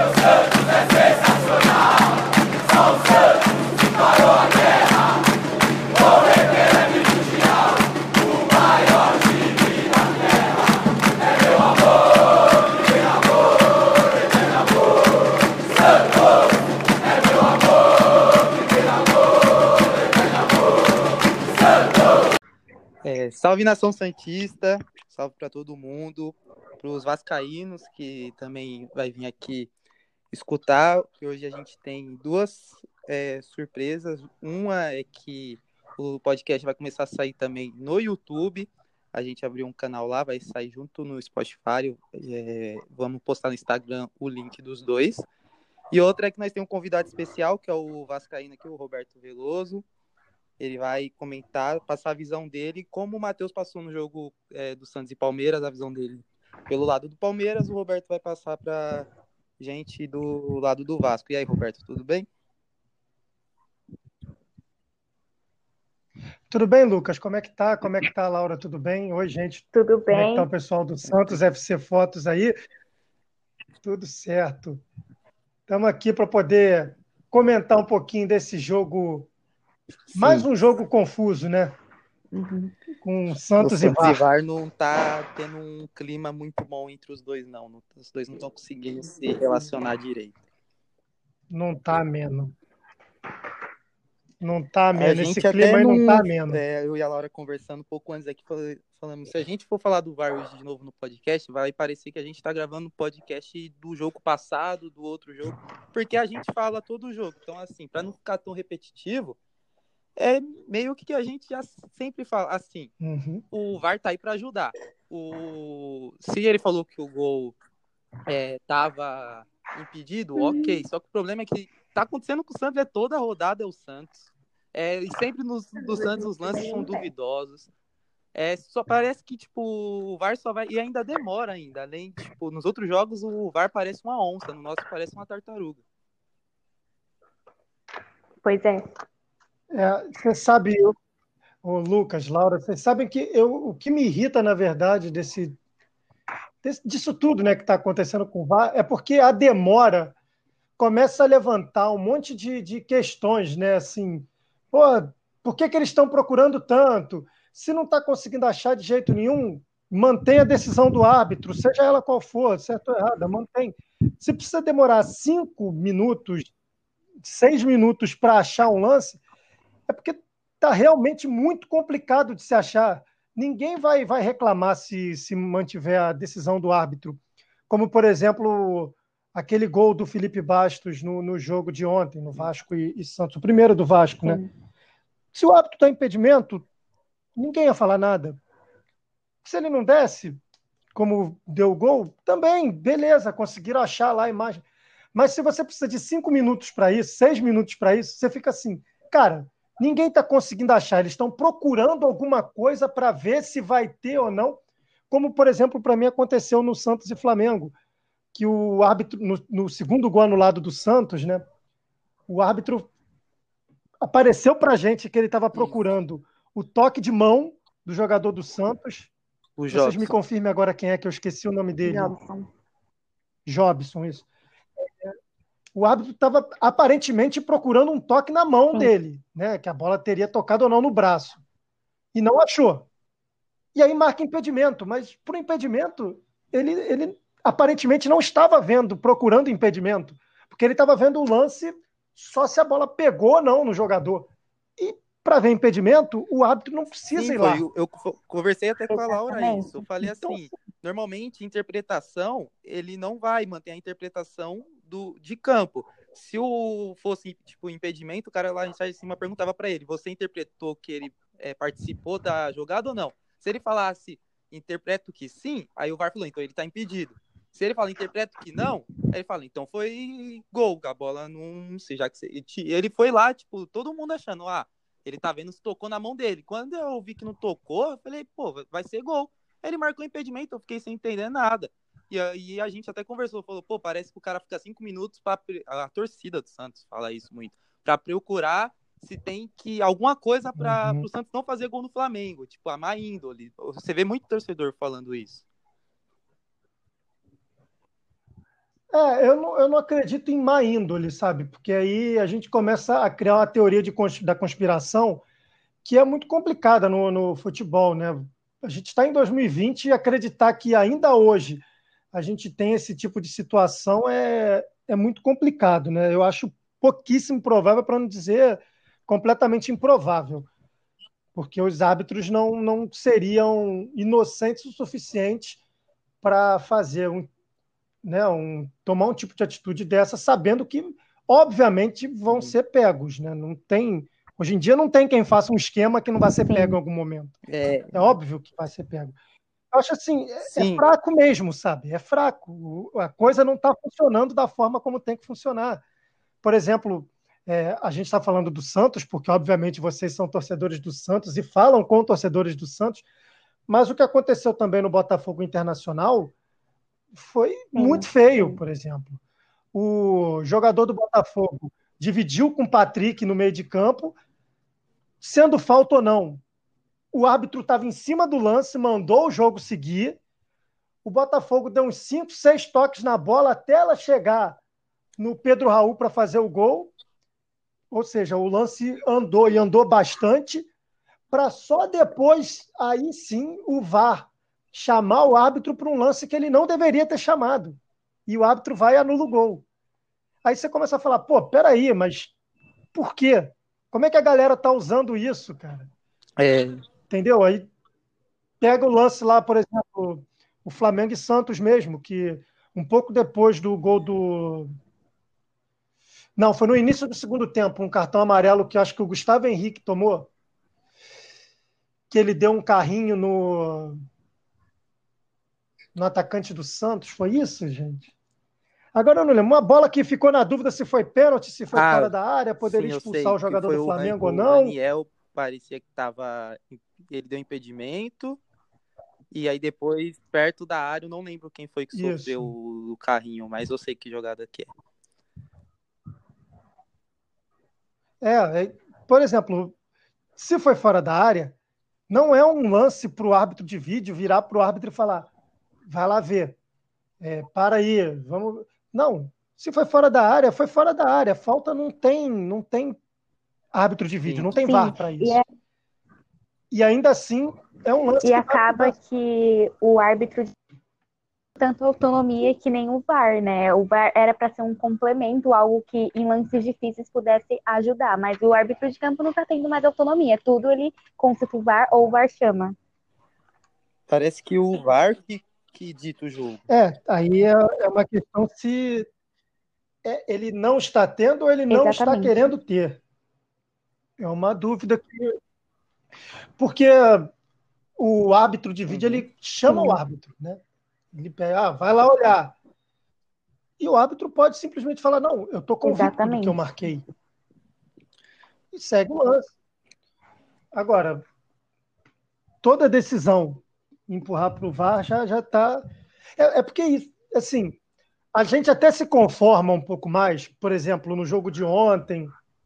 Salve, nação santista, salve para todo mundo, para os vascaínos que também vai vir aqui escutar, que hoje a gente tem duas surpresas. Uma é que o podcast vai começar a sair também no YouTube, a gente abriu um canal lá, vai sair junto no Spotify, vamos postar no Instagram o link dos dois. E outra é que nós temos um convidado especial, que é o vascaíno aqui, o Roberto Veloso. Ele vai comentar, passar a visão dele, como o Matheus passou no jogo do Santos e Palmeiras, a visão dele pelo lado do Palmeiras. O Roberto vai passar para gente do lado do Vasco. E aí, Roberto, tudo bem? Tudo bem, Lucas? Como é que tá? Como é que tá, Laura? Tudo bem? Oi, gente. Tudo bem. Como é que tá o pessoal do Santos FC Fotos aí? Tudo certo. Estamos aqui para poder comentar um pouquinho desse jogo. Sim. Mais um jogo confuso, né? Uhum. Com Santos e VAR. O Santos e VAR não tá tendo um clima muito bom entre os dois, não. Os dois não estão conseguindo se relacionar direito. Não tá ameno. Não tá ameno. Esse clima clima aí não tá ameno. Eu e a Laura conversando um pouco antes aqui, falando, se a gente for falar do VAR hoje de novo no podcast, vai parecer que a gente tá gravando um podcast do jogo passado, do outro jogo, porque a gente fala todo o jogo. Então, assim, para não ficar tão repetitivo, é meio que a gente já sempre fala assim, O VAR tá aí para ajudar. Se ele falou que o gol tava impedido, ok. Só que o problema é que tá acontecendo com o Santos, toda a rodada é o Santos. E sempre do Santos os lances são duvidosos. Só parece que, tipo, o VAR só vai... E ainda demora ainda. Além, tipo, nos outros jogos o VAR parece uma onça, no nosso parece uma tartaruga. Pois é. Você sabe, Lucas, Laura, vocês sabem que o que me irrita, na verdade, disso tudo, né, que está acontecendo com o VAR, é porque a demora começa a levantar um monte de questões, né? Assim, por que eles estão procurando tanto? Se não está conseguindo achar de jeito nenhum, mantém a decisão do árbitro, seja ela qual for, certo ou errada, mantém. Se precisa demorar 5 minutos, 6 minutos para achar um lance, é porque está realmente muito complicado de se achar. Ninguém vai reclamar se mantiver a decisão do árbitro. Como, por exemplo, aquele gol do Felipe Bastos no jogo de ontem, no Vasco e Santos, o primeiro do Vasco, né? Se o árbitro está impedimento, ninguém ia falar nada. Se ele não desse, como deu o gol, também, beleza, conseguiram achar lá a imagem. Mas se você precisa de 5 minutos para isso, 6 minutos para isso, você fica assim, cara, ninguém está conseguindo achar, eles estão procurando alguma coisa para ver se vai ter ou não, como, por exemplo, para mim aconteceu no Santos e Flamengo, que o árbitro, no segundo gol anulado do Santos, né, o árbitro apareceu para a gente que ele estava procurando o toque de mão do jogador do Santos. Vocês me confirmem agora quem é, que eu esqueci o nome dele. Jobson, isso. O árbitro estava aparentemente procurando um toque na mão dele, né, que a bola teria tocado ou não no braço. E não achou. E aí marca impedimento, mas por impedimento, ele aparentemente não estava procurando impedimento, porque ele estava vendo o lance só se a bola pegou ou não no jogador. E para ver impedimento, o árbitro não precisa ir lá. Eu conversei até com a Laura isso. Eu falei assim, normalmente interpretação, ele não vai manter a interpretação de campo. Se fosse tipo impedimento, o cara lá em cima perguntava para ele, você interpretou que ele participou da jogada ou não? Se ele falasse, interpreto que sim, aí o VAR falou, então ele tá impedido. Se ele fala, interpreto que não, aí ele fala, então foi gol, a bola não sei, já que ele foi lá, tipo, todo mundo achando, ele tá vendo se tocou na mão dele. Quando eu vi que não tocou, eu falei, vai ser gol. Ele marcou impedimento, eu fiquei sem entender nada. E a gente até conversou, falou, parece que o cara fica 5 minutos a torcida do Santos fala isso muito, pra procurar se tem alguma coisa para o Santos não fazer gol no Flamengo, tipo, a má índole. Você vê muito torcedor falando isso. Eu não acredito em má índole, sabe? Porque aí a gente começa a criar uma teoria da conspiração que é muito complicada no futebol, né? A gente está em 2020 e acreditar que ainda hoje a gente tem esse tipo de situação é muito complicado, né? Eu acho pouquíssimo provável, para não dizer completamente improvável, porque os árbitros não seriam inocentes o suficiente para fazer tomar um tipo de atitude dessa, sabendo que, obviamente, vão ser pegos, né? Não tem, hoje em dia não tem quem faça um esquema que não vai ser pego em Sim. algum momento. É, É óbvio que vai ser pego. Eu acho assim, é sim, fraco mesmo, sabe? É fraco. A coisa não está funcionando da forma como tem que funcionar. Por exemplo, a gente está falando do Santos, porque obviamente vocês são torcedores do Santos e falam com torcedores do Santos, mas o que aconteceu também no Botafogo Internacional foi muito Sim, feio, sim. por exemplo. O jogador do Botafogo dividiu com o Patrick no meio de campo, sendo falta ou não. O árbitro estava em cima do lance, mandou o jogo seguir. O Botafogo deu uns 5, 6 toques na bola até ela chegar no Pedro Raul para fazer o gol. Ou seja, o lance andou e andou bastante, para só depois, aí sim, o VAR chamar o árbitro para um lance que ele não deveria ter chamado. E o árbitro vai e anula o gol. Aí você começa a falar, pô, peraí, mas por quê? Como é que a galera tá usando isso, cara? é, Entendeu? Aí pega o lance lá, por exemplo, o Flamengo e Santos mesmo, que um pouco depois do gol do. Não, foi no início do segundo tempo, um cartão amarelo que acho que o Gustavo Henrique tomou, que ele deu um carrinho no atacante do Santos. Foi isso, gente? Agora eu não lembro. Uma bola que ficou na dúvida se foi pênalti, se foi ah, fora da área, poderia sim, eu expulsar sei o que jogador foi do Flamengo ou o não. Raniel, parecia que ele deu impedimento. E aí depois, perto da área, eu não lembro quem foi que sofreu Isso. o carrinho, mas eu sei que jogada que é. Por exemplo, se foi fora da área, não é um lance para o árbitro de vídeo virar para o árbitro e falar: vai lá ver, para aí, vamos. Não, se foi fora da área, foi fora da área. Falta não tem árbitro de vídeo, Sim, não tem Sim, VAR para e, isso. E ainda assim, é um lance e que vai acaba mudar. que o árbitro tem tanta autonomia que nem o VAR, né? O VAR era para ser um complemento, algo que em lances difíceis pudesse ajudar, mas o árbitro de campo não está tendo mais autonomia, tudo ele consulta o VAR ou o VAR chama. parece que o VAR que dita o jogo. Aí é uma questão se ele não está tendo ou ele não está Exatamente. querendo ter. É uma dúvida porque o árbitro de vídeo Uhum. ele chama o Sim, árbitro, né? Ele pega, vai lá olhar. E o árbitro pode simplesmente falar: não, eu estou convicto do que eu exatamente. marquei. E segue o lance. Agora, toda decisão empurrar para o VAR já está. Porque, assim, a gente até se conforma um pouco mais, por exemplo, no jogo de ontem,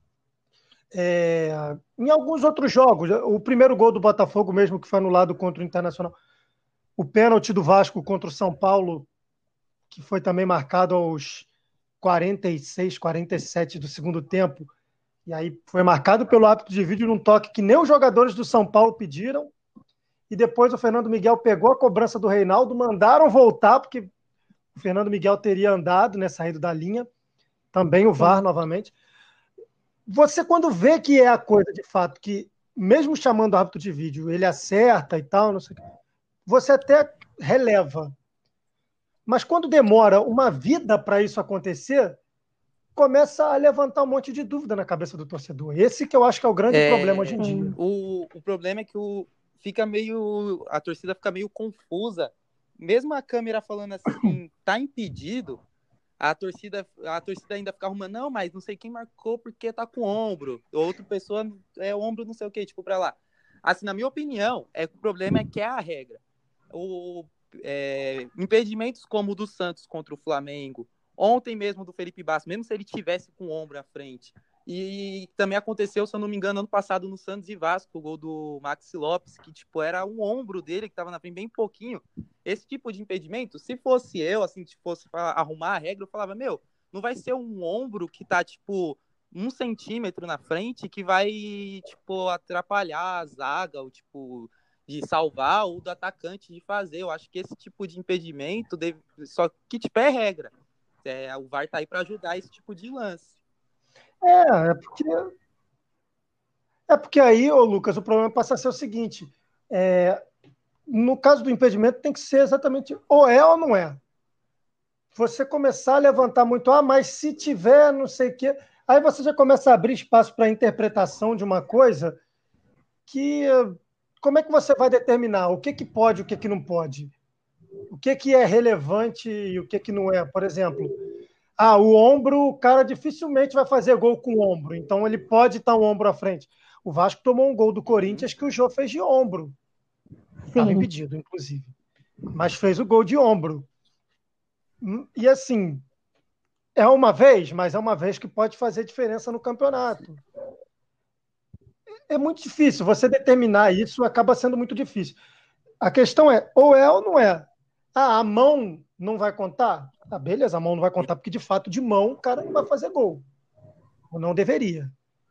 em alguns outros jogos. O primeiro gol do Botafogo, mesmo que foi anulado contra o Internacional, o pênalti do Vasco contra o São Paulo, que foi também marcado aos 46, 47 do segundo tempo. E aí foi marcado pelo árbitro de vídeo num toque que nem os jogadores do São Paulo pediram. E depois o Fernando Miguel pegou a cobrança do Reinaldo, mandaram voltar, porque o Fernando Miguel teria andado, né, saído da linha. Também o VAR Sim, novamente. Você, quando vê que é a coisa de fato, que mesmo chamando o árbitro de vídeo, ele acerta e tal, não sei o quê, você até releva. Mas quando demora uma vida para isso acontecer, começa a levantar um monte de dúvida na cabeça do torcedor. Esse que eu acho que é o grande problema hoje É, em dia. sim, o problema é que a torcida fica meio confusa. Mesmo a câmera falando assim, tá impedido, a torcida ainda fica arrumando, não, mas não sei quem marcou porque tá com ombro. Outra pessoa é ombro não sei o que, tipo, pra lá. Assim, na minha opinião, o problema é que é a regra. O, impedimentos como o do Santos contra o Flamengo, ontem mesmo do Felipe Basso, mesmo se ele tivesse com o ombro à frente, e também aconteceu, se eu não me engano, ano passado no Santos e Vasco, o gol do Maxi Lopes, que tipo era um ombro dele que tava na frente bem pouquinho. esse tipo de impedimento, se fosse eu, assim, se fosse arrumar a regra, eu falava, meu, não vai ser um ombro que tá, tipo, 1 centímetro na frente que vai, tipo, atrapalhar a zaga, ou, tipo, de salvar ou do atacante de fazer. Eu acho que esse tipo de impedimento só que tipo é regra. O VAR tá aí para ajudar esse tipo de lance. É porque aí, ô Lucas, o problema passa a ser o seguinte: no caso do impedimento, tem que ser exatamente ou é ou não é. Você começar a levantar muito, mas se tiver, não sei o quê. Aí você já começa a abrir espaço para a interpretação de uma coisa que. Como é que você vai determinar o que pode e o que não pode? O que é relevante e o que não é? Por exemplo, o ombro, o cara dificilmente vai fazer gol com o ombro, então ele pode estar um ombro à frente. O Vasco tomou um gol do Corinthians que o Jô fez de ombro. Estava impedido, inclusive. Mas fez o gol de ombro. E assim, é uma vez, mas é uma vez que pode fazer diferença no campeonato. É muito difícil, você determinar isso acaba sendo muito difícil. A questão é, ou é ou não é. A mão não vai contar? Beleza, a mão não vai contar, porque de fato, de mão, o cara não vai fazer gol. Ou não deveria.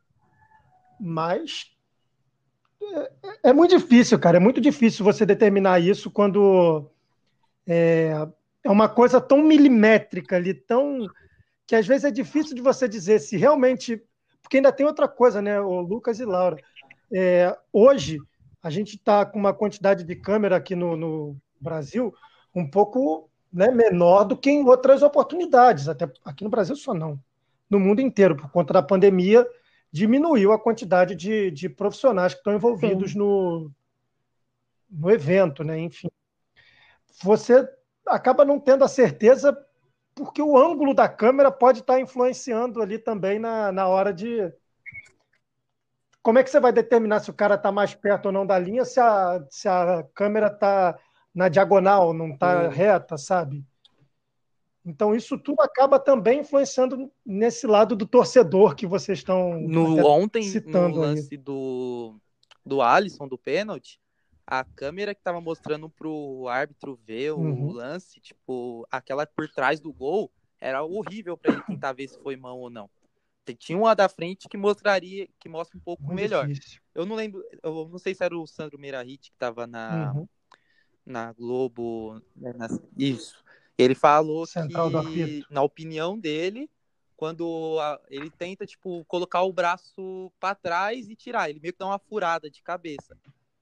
Mas é muito difícil, cara. É muito difícil você determinar isso quando é uma coisa tão milimétrica ali, tão que às vezes é difícil de você dizer se realmente. Porque ainda tem outra coisa, né, o Lucas e Laura? Hoje, a gente está com uma quantidade de câmera aqui no Brasil um pouco, né, menor do que em outras oportunidades. Até aqui no Brasil só não. No mundo inteiro, por conta da pandemia, diminuiu a quantidade de profissionais que estão envolvidos no evento, né? Enfim. Você acaba não tendo a certeza porque o ângulo da câmera pode estar influenciando ali também na hora de. Como é que você vai determinar se o cara está mais perto ou não da linha, se a câmera está na diagonal, não está reta, sabe? Então, isso tudo acaba também influenciando nesse lado do torcedor que vocês estão ontem, citando no lance do Alisson, do pênalti, a câmera que estava mostrando pro árbitro ver o lance, tipo, aquela por trás do gol, era horrível para ele tentar ver se foi mão ou não. Tinha uma da frente que mostra um pouco muito melhor. Difícil. Eu não lembro, eu não sei se era o Sandro Meirahit que estava na Globo. Isso. Ele falou Central do que, apito. na opinião dele, quando ele tenta, tipo, colocar o braço para trás e tirar, ele meio que dá uma furada de cabeça.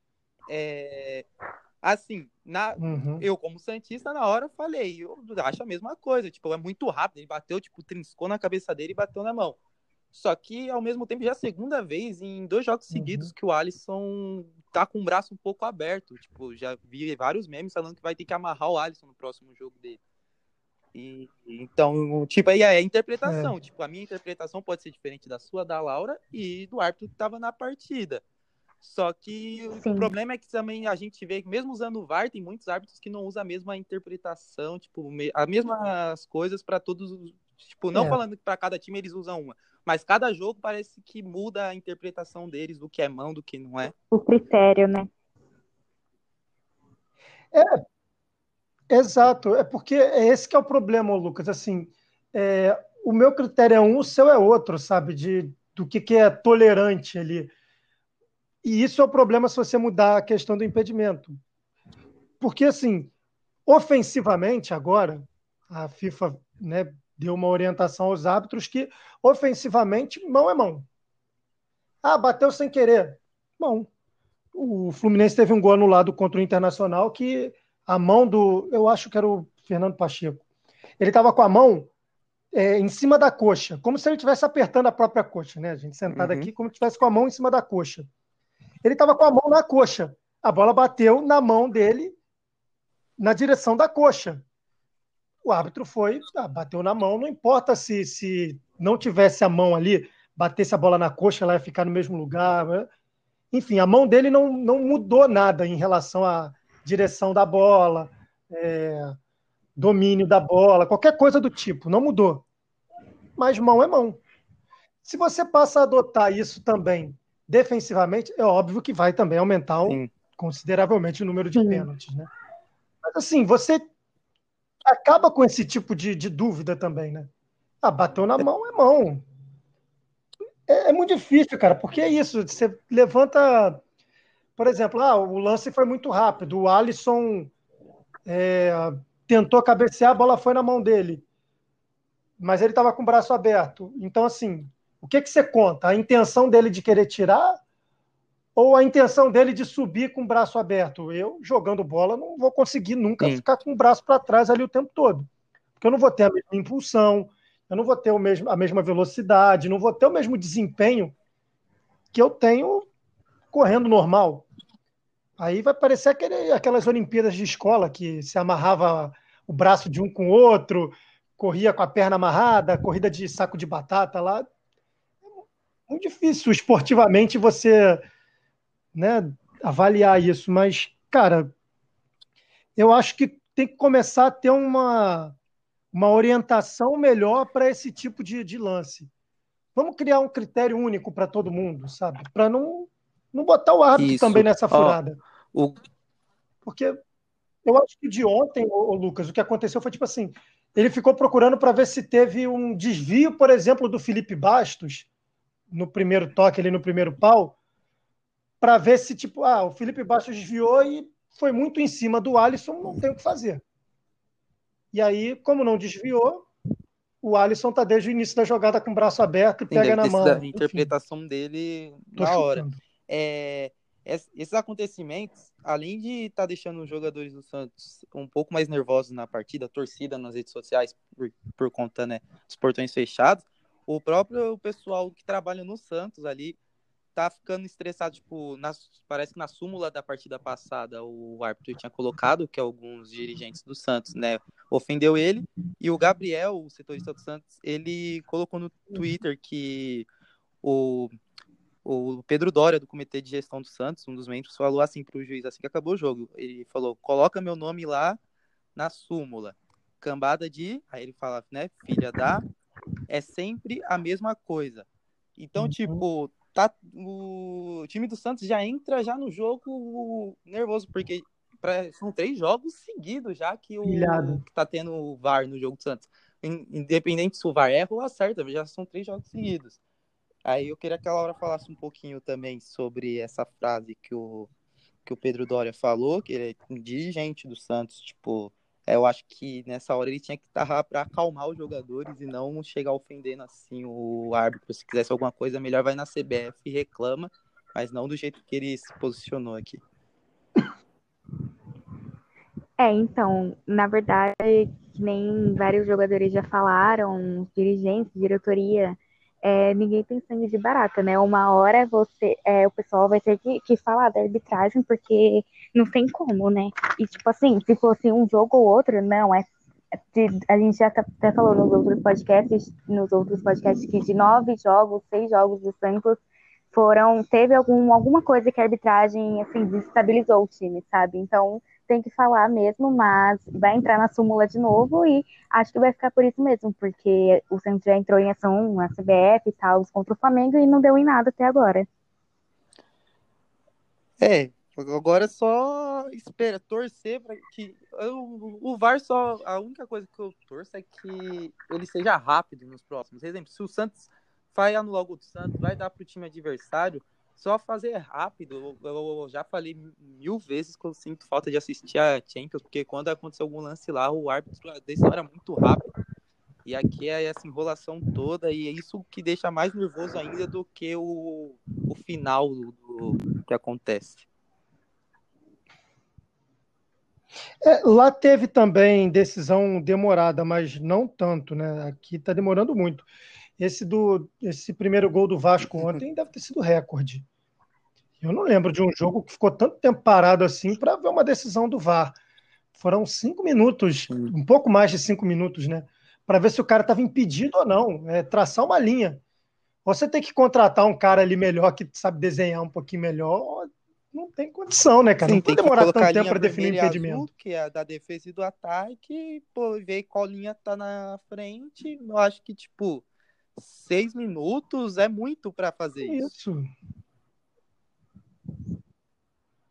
Assim, eu como santista, na hora, falei, eu acho a mesma coisa, tipo, é muito rápido, ele bateu, tipo, triscou na cabeça dele e bateu na mão. Só que, ao mesmo tempo, já é a segunda vez em 2 jogos seguidos que o Alisson tá com o braço um pouco aberto. Tipo, já vi vários memes falando que vai ter que amarrar o Alisson no próximo jogo dele. Então, tipo, aí é a interpretação. Tipo, a minha interpretação pode ser diferente da sua, da Laura, e do árbitro que tava na partida. Só que o problema é que também a gente vê que, mesmo usando o VAR, tem muitos árbitros que não usam a mesma interpretação, tipo, as mesmas coisas para todos. Tipo, não falando que para cada time eles usam uma, mas cada jogo parece que muda a interpretação deles do que é mão, do que não é. O critério, né? Exato. É porque esse que é o problema, Lucas. Assim, o meu critério é um, o seu é outro, sabe? Do que é tolerante ali. E isso é o problema se você mudar a questão do impedimento. Porque, assim, ofensivamente, agora, a FIFA, né, deu uma orientação aos árbitros que, ofensivamente, mão é mão. Bateu sem querer. Mão. O Fluminense teve um gol anulado contra o Internacional que a mão eu acho que era o Fernando Pacheco. Ele estava com a mão em cima da coxa, como se ele estivesse apertando a própria coxa, né? A gente sentado aqui, como se estivesse com a mão em cima da coxa. Ele estava com a mão na coxa. A bola bateu na mão dele, na direção da coxa. O árbitro foi, bateu na mão, não importa se não tivesse a mão ali, batesse a bola na coxa, ela ia ficar no mesmo lugar. Né? Enfim, a mão dele não mudou nada em relação à direção da bola, domínio da bola, qualquer coisa do tipo, não mudou. Mas mão é mão. Se você passa a adotar isso também defensivamente, é óbvio que vai também aumentar consideravelmente o número de pênaltis, né? Mas assim, você acaba com esse tipo de dúvida também, né? Bateu na mão, é mão. É muito difícil, cara, porque é isso. Você levanta, por exemplo, o lance foi muito rápido. O Alisson tentou cabecear, a bola foi na mão dele. Mas ele estava com o braço aberto. Então, assim, o que você conta? A intenção dele de querer tirar ou a intenção dele de subir com o braço aberto? Eu, jogando bola, não vou conseguir nunca Sim. ficar com o braço para trás ali o tempo todo. Porque eu não vou ter a mesma impulsão, eu não vou ter a mesma velocidade, não vou ter o mesmo desempenho que eu tenho correndo normal. Aí vai parecer aquelas Olimpíadas de escola que se amarrava o braço de um com o outro, corria com a perna amarrada, corrida de saco de batata lá. Muito difícil esportivamente você, né, avaliar isso, mas, cara, eu acho que tem que começar a ter uma orientação melhor para esse tipo de lance. Vamos criar um critério único para todo mundo, sabe? Para não botar o árbitro também Isso. nessa Ó, furada. o... Porque eu acho que de ontem, o Lucas, o que aconteceu foi tipo assim: ele ficou procurando para ver se teve um desvio, por exemplo, do Felipe Bastos, no primeiro toque, ali no primeiro pau, para ver se, tipo, o Felipe Bastos desviou e foi muito em cima do Alisson, não tem o que fazer. E aí, como não desviou, o Alisson tá desde o início da jogada com o braço aberto e Sim, pega deve na ter sido a mão. Enfim, interpretação dele tô na hora. chutando. Esses acontecimentos, além de estar deixando os jogadores do Santos um pouco mais nervosos na partida, a torcida nas redes sociais por conta, né, dos portões fechados, o próprio pessoal que trabalha no Santos ali tá ficando estressado, tipo, parece que na súmula da partida passada o árbitro tinha colocado que alguns dirigentes do Santos, né, ofendeu ele, e o Gabriel, o setorista do Santos, ele colocou no Twitter que o Pedro Doria, do Comitê de Gestão do Santos, um dos membros, falou assim pro juiz, assim que acabou o jogo, ele falou, coloca meu nome lá na súmula, cambada de, aí ele fala, né, filha da, é sempre a mesma coisa. Então, tipo, o time do Santos já entra já no jogo nervoso, porque são 3 jogos seguidos já que Pilhado. tá tendo o VAR no jogo do Santos. Independente se o VAR erra ou acerta, já são 3 jogos seguidos. Aí eu queria que a Laura falasse um pouquinho também sobre essa frase que o Pedro Doria falou, que ele é um dirigente do Santos, tipo, eu acho que nessa hora ele tinha que estar para acalmar os jogadores e não chegar ofendendo assim o árbitro. Se quisesse alguma coisa, melhor vai na CBF e reclama, mas não do jeito que ele se posicionou aqui. Então, na verdade, que nem vários jogadores já falaram, dirigentes, diretoria, ninguém tem sangue de barata, né? Uma hora o pessoal vai ter que falar da arbitragem, porque não tem como, né? E tipo assim, se fosse um jogo ou outro, não, a gente já até falou nos outros podcasts que de 9 jogos, 6 jogos do Santos teve alguma coisa que a arbitragem assim desestabilizou o time, sabe? Então tem que falar mesmo, mas vai entrar na súmula de novo e acho que vai ficar por isso mesmo, porque o Santos já entrou em ação na CBF e tal, contra o Flamengo e não deu em nada até agora. Agora é só espera, torcer para que o VAR só, a única coisa que eu torço é que ele seja rápido nos próximos. Por exemplo, se o Santos vai anular o gol do Santos, vai dar para o time adversário, só fazer rápido. Eu já falei 1000 vezes que eu sinto falta de assistir a Champions, porque quando aconteceu algum lance lá, o árbitro a decisão era muito rápido. E aqui é essa enrolação toda, e é isso que deixa mais nervoso ainda do que o final do que acontece. Lá teve também decisão demorada, mas não tanto, né? Aqui está demorando muito. Esse primeiro gol do Vasco ontem deve ter sido recorde. Eu não lembro de um jogo que ficou tanto tempo parado assim para ver uma decisão do VAR. Foram 5 minutos, um pouco mais de 5 minutos, né? Para ver se o cara estava impedido ou não. Traçar uma linha. Ou você tem que contratar um cara ali melhor que sabe desenhar um pouquinho melhor. Não tem condição, né, cara? Sim, Não tem pode que demorar colocar a tanto tempo linha para definir o vermelha e azul, impedimento. que é a da defesa e do ataque, pô, ver qual linha tá na frente. Eu acho que, tipo, 6 minutos é muito para fazer isso. Isso.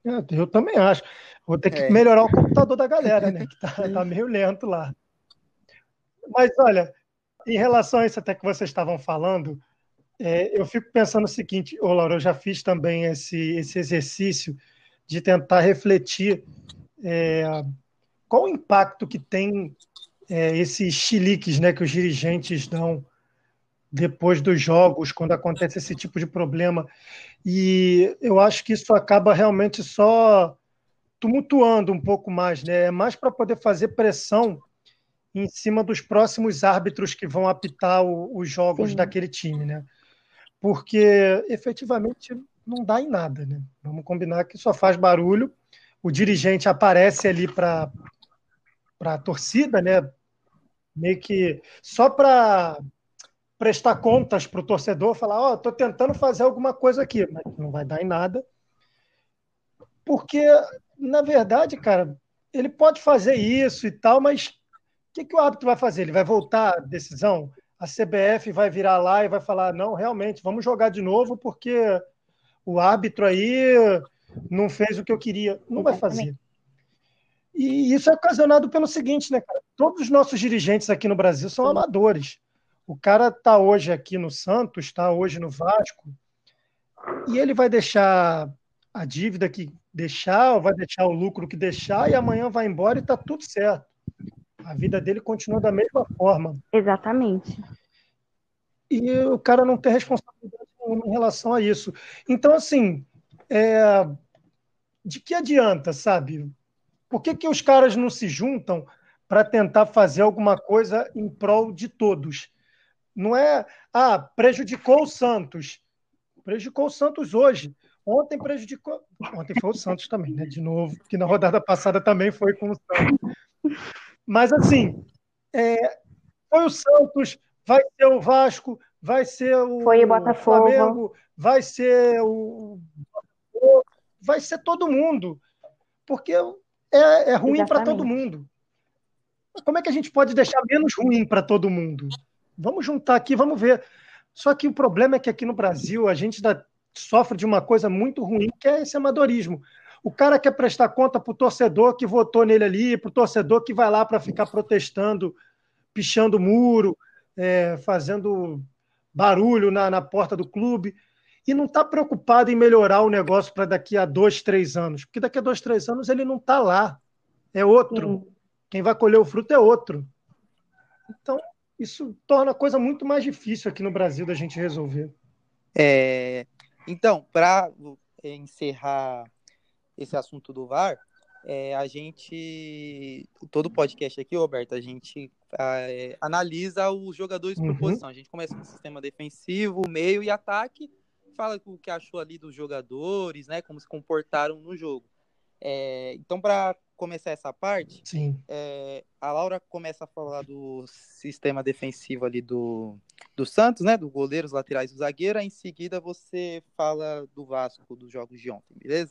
Eu também acho. Vou ter que melhorar o computador da galera, né? Que tá meio lento lá. Mas, olha, em relação a isso até que vocês estavam falando, eu fico pensando o seguinte, Laura, eu já fiz também esse exercício de tentar refletir qual o impacto que tem esses chiliques, né, que os dirigentes dão depois dos jogos, quando acontece esse tipo de problema. E eu acho que isso acaba realmente só tumultuando um pouco mais, né? É mais para poder fazer pressão em cima dos próximos árbitros que vão apitar os jogos Sim. daquele time, né? Porque efetivamente não dá em nada, né? Vamos combinar que só faz barulho. O dirigente aparece ali para a torcida, né? Meio que só para prestar contas para o torcedor, falar, estou tentando fazer alguma coisa aqui, mas não vai dar em nada. Porque, na verdade, cara, ele pode fazer isso e tal, mas o que o árbitro vai fazer? Ele vai voltar a decisão? A CBF vai virar lá e vai falar, não, realmente, vamos jogar de novo porque o árbitro aí não fez o que eu queria. Não vai fazer. E isso é ocasionado pelo seguinte, né, cara? Todos os nossos dirigentes aqui no Brasil são amadores. O cara está hoje aqui no Santos, está hoje no Vasco, e ele vai deixar a dívida que deixar, ou vai deixar o lucro que deixar, e amanhã vai embora e está tudo certo. A vida dele continua da mesma forma. Exatamente. E o cara não tem responsabilidade nenhuma em relação a isso. Então, assim, de que adianta, sabe? Por que os caras não se juntam para tentar fazer alguma coisa em prol de todos? Não é, prejudicou o Santos. Prejudicou o Santos hoje. Ontem prejudicou. Ontem foi o Santos também, né? De novo, que na rodada passada também foi com o Santos. Mas, assim, foi o Santos, vai ser o Vasco, vai ser o Flamengo, vai ser vai ser todo mundo. Porque é ruim para todo mundo. Como é que a gente pode deixar menos ruim para todo mundo? Vamos juntar aqui, vamos ver. Só que o problema é que aqui no Brasil a gente sofre de uma coisa muito ruim, que é esse amadorismo. O cara quer prestar conta para o torcedor que votou nele ali, para o torcedor que vai lá para ficar protestando, pichando muro, fazendo barulho na porta do clube, e não está preocupado em melhorar o negócio para daqui a 2, 3 anos, porque daqui a 2, 3 anos ele não está lá, é outro. Sim. Quem vai colher o fruto é outro. Então, isso torna a coisa muito mais difícil aqui no Brasil da gente resolver. Então, para encerrar esse assunto do VAR, a gente, todo podcast aqui, Roberto, a gente analisa os jogadores por posição. A gente começa com o sistema defensivo, meio e ataque, fala o que achou ali dos jogadores, né, como se comportaram no jogo. Então, para começar essa parte, a Laura começa a falar do sistema defensivo ali do Santos, né, do goleiro, os laterais e o zagueiro. Em seguida, você fala do Vasco, dos jogos de ontem, beleza?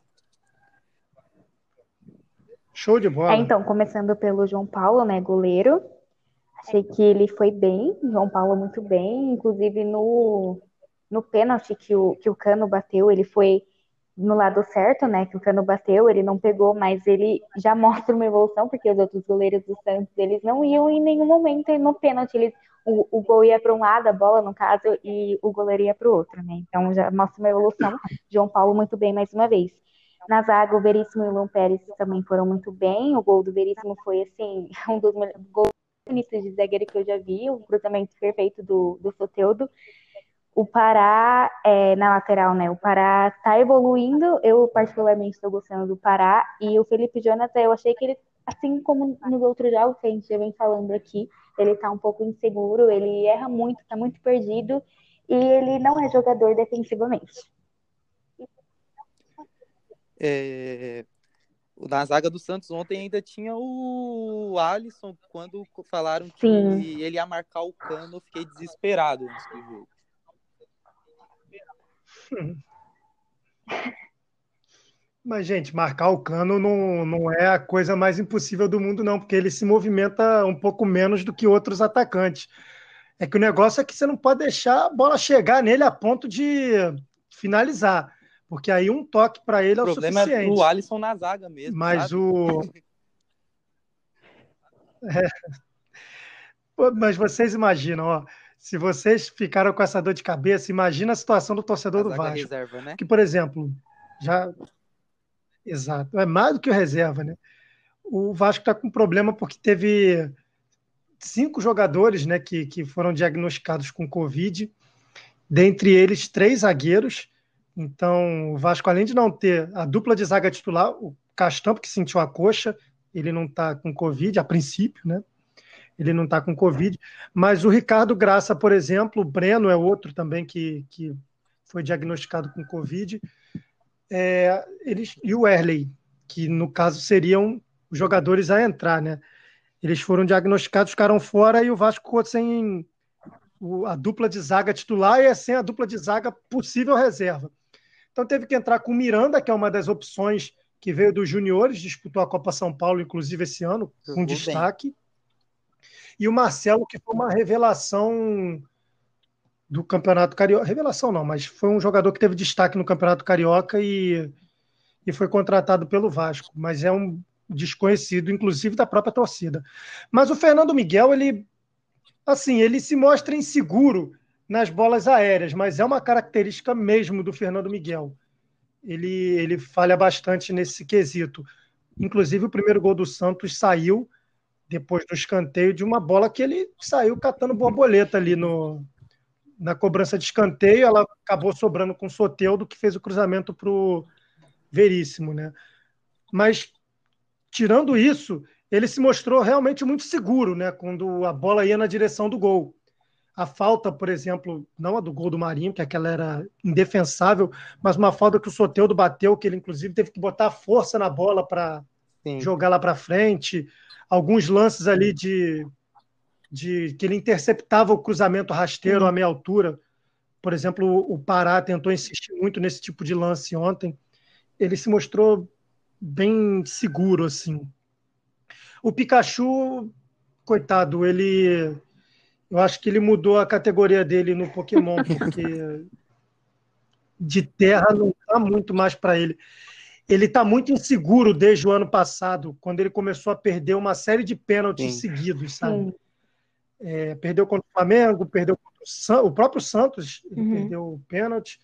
Show de bola. Então, começando pelo João Paulo, né, goleiro. Achei que ele foi bem, João Paulo muito bem, inclusive no pênalti que o Cano bateu, ele foi no lado certo, né, que o Cano bateu, ele não pegou, mas ele já mostra uma evolução, porque os outros goleiros do Santos, eles não iam em nenhum momento no pênalti, o gol ia para um lado, a bola no caso, e o goleiro ia para o outro, né, então já mostra uma evolução. João Paulo muito bem mais uma vez. Na zaga, o Veríssimo e o Luan Pérez também foram muito bem. O gol do Veríssimo foi, assim, um dos gols bonitos de zagueiro que eu já vi. O cruzamento perfeito do Soteldo. O Pará, na lateral, né? O Pará tá evoluindo. Eu, particularmente, estou gostando do Pará. E o Felipe Jonathan, eu achei que ele, assim como nos outros jogos que a gente já vem falando aqui, ele tá um pouco inseguro, ele erra muito, tá muito perdido. E ele não é jogador defensivamente. Na zaga do Santos ontem ainda tinha o Alisson. Quando falaram que ele ia marcar o Cano, eu fiquei desesperado antes do jogo. Mas, gente, marcar o Cano não é a coisa mais impossível do mundo, não, porque ele se movimenta um pouco menos do que outros atacantes. Que o negócio é que você não pode deixar a bola chegar nele a ponto de finalizar. Porque aí um toque para ele é o problema é suficiente. o Alisson na zaga mesmo, Mas sabe? Mas vocês imaginam, ó, se vocês ficaram com essa dor de cabeça, imagina a situação do torcedor A do zaga Vasco. reserva, né? Que, por exemplo, já... Exato, é mais do que o reserva, né? O Vasco está com problema porque teve 5 jogadores, né, que foram diagnosticados com Covid, dentre eles 3 zagueiros. Então, o Vasco, além de não ter a dupla de zaga titular, o Castampo, que sentiu a coxa, ele não está com Covid, a princípio, né? Ele não está com Covid. Mas o Ricardo Graça, por exemplo, o Breno é outro também que foi diagnosticado com Covid. E o Erley, que no caso seriam os jogadores a entrar, né? Eles foram diagnosticados, ficaram fora e o Vasco ficou sem a dupla de zaga titular e sem a dupla de zaga possível reserva. Então teve que entrar com o Miranda, que é uma das opções que veio dos juniores, disputou a Copa São Paulo, inclusive esse ano, com destaque. E o Marcelo, que foi uma revelação do Campeonato Carioca. Revelação não, mas foi um jogador que teve destaque no Campeonato Carioca e foi contratado pelo Vasco. Mas é um desconhecido, inclusive da própria torcida. Mas o Fernando Miguel, ele se mostra inseguro nas bolas aéreas, mas é uma característica mesmo do Fernando Miguel. Ele falha bastante nesse quesito. Inclusive, o primeiro gol do Santos saiu depois do escanteio de uma bola que ele saiu catando borboleta ali na cobrança de escanteio. Ela acabou sobrando com o Soteldo, que fez o cruzamento para o Veríssimo, né? Mas, tirando isso, ele se mostrou realmente muito seguro, né? Quando a bola ia na direção do gol. A falta, por exemplo, não a do gol do Marinho, que aquela era indefensável, mas uma falta que o Soteldo bateu, que ele inclusive teve que botar força na bola para jogar lá para frente. Alguns lances ali de que ele interceptava o cruzamento rasteiro a meia altura. Por exemplo, o Pará tentou insistir muito nesse tipo de lance ontem. Ele se mostrou bem seguro, assim. O Pikachu, coitado, eu acho que ele mudou a categoria dele no Pokémon, porque de terra não está muito mais para ele. Ele está muito inseguro desde o ano passado, quando ele começou a perder uma série de pênaltis seguidos, sabe? Perdeu contra o Flamengo, perdeu contra o próprio Santos, ele perdeu o pênalti.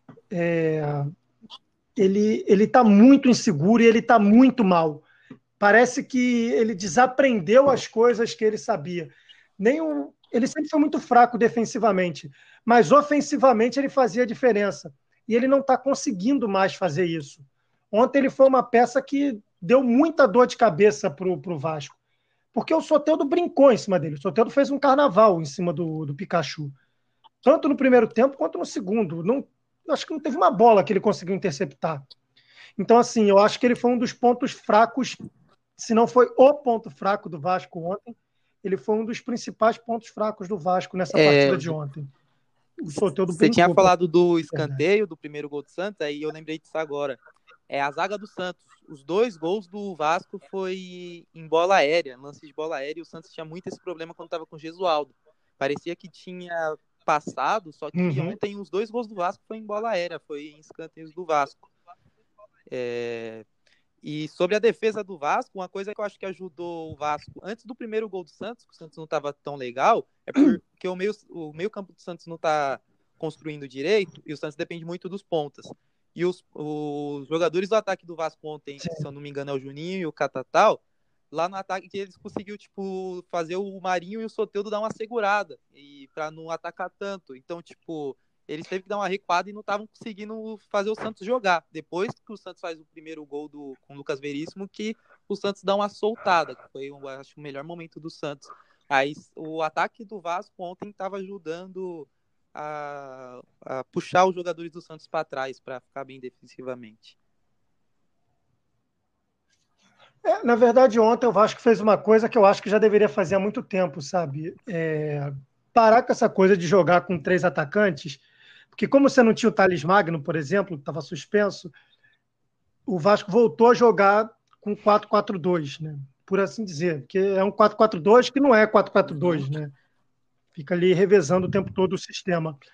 Ele está muito inseguro e ele está muito mal. Parece que ele desaprendeu as coisas que ele sabia. Ele sempre foi muito fraco defensivamente, mas ofensivamente ele fazia diferença. E ele não está conseguindo mais fazer isso. Ontem ele foi uma peça que deu muita dor de cabeça para o Vasco. Porque o Soteldo brincou em cima dele. O Soteldo fez um carnaval em cima do Pikachu. Tanto no primeiro tempo quanto no segundo. Acho que não teve uma bola que ele conseguiu interceptar. Então, assim, eu acho que ele foi um dos pontos fracos, se não foi o ponto fraco do Vasco ontem, ele foi um dos principais pontos fracos do Vasco nessa partida de ontem. O Soteldo Você tinha falado do escanteio, do primeiro gol do Santos, aí eu lembrei disso agora. A zaga do Santos. Os 2 gols do Vasco foi em bola aérea, lance de bola aérea, e o Santos tinha muito esse problema quando estava com o Gesualdo. Parecia que tinha passado, só que ontem os 2 gols do Vasco foi em bola aérea, foi em escanteios do Vasco. E sobre a defesa do Vasco, uma coisa que eu acho que ajudou o Vasco antes do primeiro gol do Santos, que o Santos não estava tão legal, é porque o meio campo do Santos não está construindo direito e o Santos depende muito dos pontas. E os jogadores do ataque do Vasco ontem, se eu não me engano é o Juninho e o Catatal, lá no ataque eles conseguiram fazer o Marinho e o Soteldo dar uma segurada para não atacar tanto. Então, eles teve que dar uma recuada e não estavam conseguindo fazer o Santos jogar. Depois que o Santos faz o primeiro gol com o Lucas Veríssimo, que o Santos dá uma soltada, que foi, acho, o melhor momento do Santos. Aí o ataque do Vasco ontem estava ajudando a puxar os jogadores do Santos para trás, para ficar bem defensivamente. Na verdade, ontem o Vasco fez uma coisa que eu acho que já deveria fazer há muito tempo, sabe? Parar com essa coisa de jogar com 3 atacantes, porque como você não tinha o Thales Magno, por exemplo, que estava suspenso, o Vasco voltou a jogar com 4-4-2, né? Por assim dizer, porque é um 4-4-2 que não é 4-4-2, né? Fica ali revezando o tempo todo o sistema.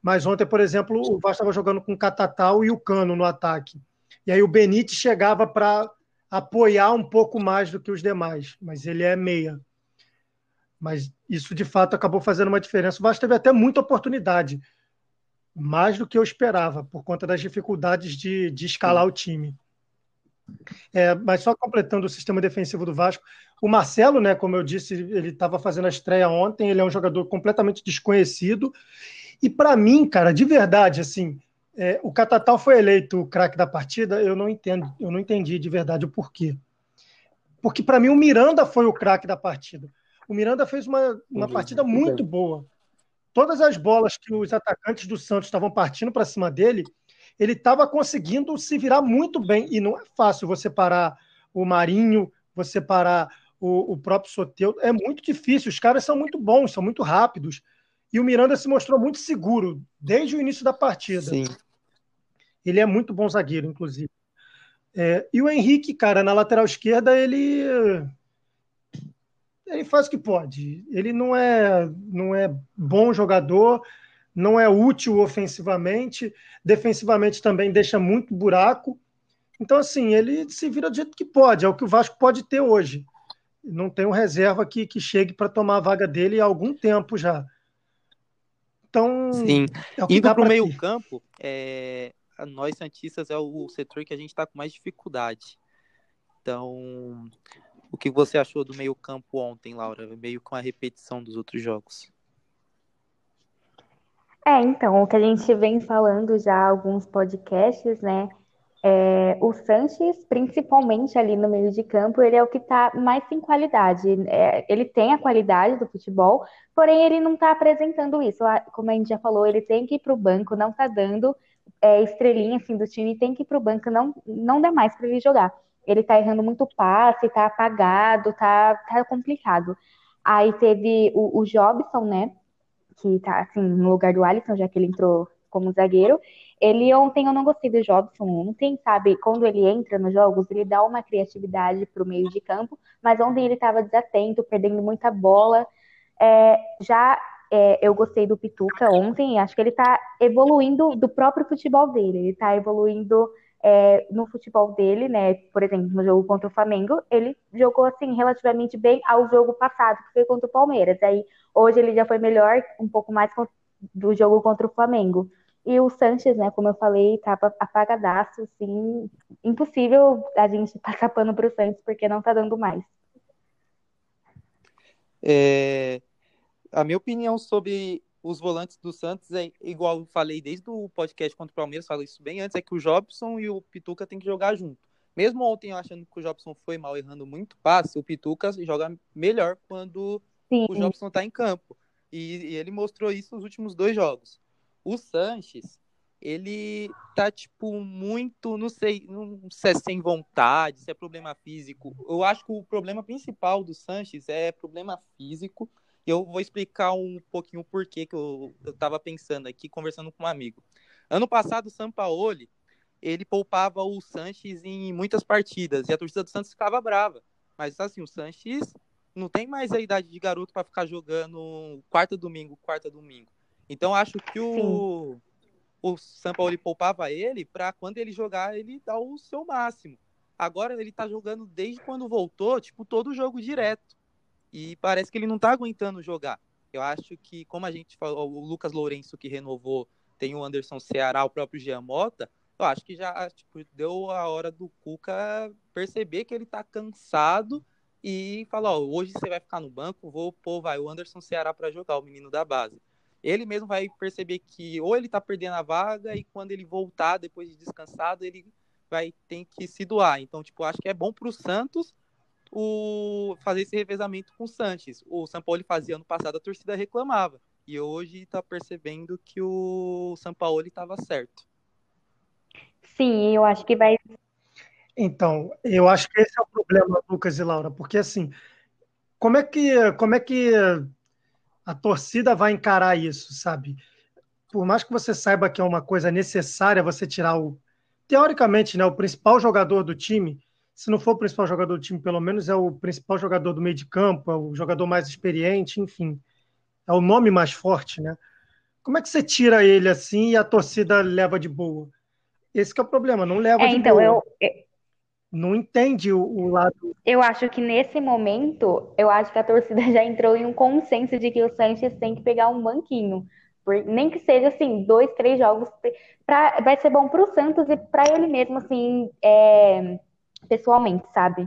Mas ontem, por exemplo, o Vasco estava jogando com o Catatal e o Cano no ataque. E aí o Benítez chegava para apoiar um pouco mais do que os demais, mas ele é meia. Mas isso, de fato, acabou fazendo uma diferença. O Vasco teve até muita oportunidade, mais do que eu esperava, por conta das dificuldades de escalar o time. Mas só completando o sistema defensivo do Vasco, o Marcelo, né, como eu disse, ele estava fazendo a estreia ontem, ele é um jogador completamente desconhecido, e para mim, cara, de verdade, assim, o Catatal foi eleito o craque da partida, eu não entendi de verdade o porquê. Porque para mim o Miranda foi o craque da partida. O Miranda fez uma partida muito boa. Todas as bolas que os atacantes do Santos estavam partindo para cima dele, ele estava conseguindo se virar muito bem. E não é fácil você parar o Marinho, você parar o próprio Soteldo. É muito difícil. Os caras são muito bons, são muito rápidos. E o Miranda se mostrou muito seguro desde o início da partida. Sim. Ele é muito bom zagueiro, inclusive. E o Henrique, cara, na lateral esquerda, ele faz o que pode. Ele não é bom jogador, não é útil ofensivamente, defensivamente também deixa muito buraco. Então, assim, ele se vira do jeito que pode, é o que o Vasco pode ter hoje. Não tem um reserva que chegue para tomar a vaga dele há algum tempo já. Então, sim. é o que indo dá para o para meio-campo, nós Santistas é o setor que a gente está com mais dificuldade. Então, o que você achou do meio-campo ontem, Laura? Meio com a repetição dos outros jogos. Então, o que a gente vem falando já há alguns podcasts, né? O Sanches, principalmente ali no meio de campo, ele é o que está mais sem qualidade. Ele tem a qualidade do futebol, porém ele não está apresentando isso. Como a gente já falou, ele tem que ir para o banco, não está dando estrelinha assim, do time, tem que ir para o banco, não dá mais para ele jogar. Ele está errando muito passe, está apagado, tá complicado. Aí teve o Jobson, né? Que tá assim, no lugar do Alisson, já que ele entrou como zagueiro. Ele ontem eu não gostei do Jobson ontem, sabe? Quando ele entra nos jogos, ele dá uma criatividade pro meio de campo, mas ontem ele estava desatento, perdendo muita bola. Eu gostei do Pituca ontem, acho que ele tá evoluindo do próprio futebol dele, ele tá evoluindo no futebol dele, né? Por exemplo, no jogo contra o Flamengo, ele jogou assim relativamente bem ao jogo passado, que foi contra o Palmeiras. Aí hoje ele já foi melhor, um pouco mais do jogo contra o Flamengo. E o Sanches, né, como eu falei, tava apagadaço, assim, impossível a gente passar pano pro Sanches, porque não tá dando mais. A minha opinião sobre os volantes do Santos é igual eu falei desde o podcast contra o Palmeiras, falei isso bem antes, é que o Jobson e o Pituca tem que jogar junto. Mesmo ontem eu achando que o Jobson foi mal, errando muito passe, o Pituca joga melhor quando Sim. o Jobson tá em campo. E ele mostrou isso nos últimos 2 jogos. O Sanches, ele tá, tipo, muito, não sei se é sem vontade, se é problema físico. Eu acho que o problema principal do Sanches é problema físico. E eu vou explicar um pouquinho o porquê que eu tava pensando aqui, conversando com um amigo. Ano passado, o Sampaoli, ele poupava o Sanches em muitas partidas, e a torcida do Santos ficava brava. Mas, assim, o Sanches não tem mais a idade de garoto para ficar jogando quarta domingo. Então, acho que o Sampaoli poupava ele para quando ele jogar, ele dar o seu máximo. Agora ele tá jogando desde quando voltou, tipo, todo jogo direto. E parece que ele não tá aguentando jogar. Eu acho que, como a gente falou, o Lucas Lourenço que renovou, tem o Anderson Ceará, o próprio Jean Mota, eu acho que já deu a hora do Cuca perceber que ele tá cansado e falar, hoje você vai ficar no banco, vou pôr o Anderson Ceará para jogar, o menino da base. Ele mesmo vai perceber que ou ele tá perdendo a vaga e quando ele voltar, depois de descansado, ele vai ter que se doar. Então, acho que é bom pro Santos fazer esse revezamento com o Sanches. O Sampaoli fazia ano passado, a torcida reclamava. E hoje tá percebendo que o Sampaoli estava certo. Sim, eu acho que vai. Então, eu acho que esse é o problema, Lucas e Laura, porque assim, como é que a torcida vai encarar isso, sabe? Por mais que você saiba que é uma coisa necessária você tirar teoricamente, né, o principal jogador do time, se não for o principal jogador do time, pelo menos é o principal jogador do meio de campo, é o jogador mais experiente, enfim, é o nome mais forte, né? Como é que você tira ele assim e a torcida leva de boa? Esse que é o problema, não leva de Então, boa. Não entende o lado. eu acho que nesse momento, eu acho que a torcida já entrou em um consenso de que o Sanches tem que pegar um banquinho. Nem que seja assim, 2, 3 jogos, vai ser bom pro Santos e pra ele mesmo, assim, pessoalmente, sabe?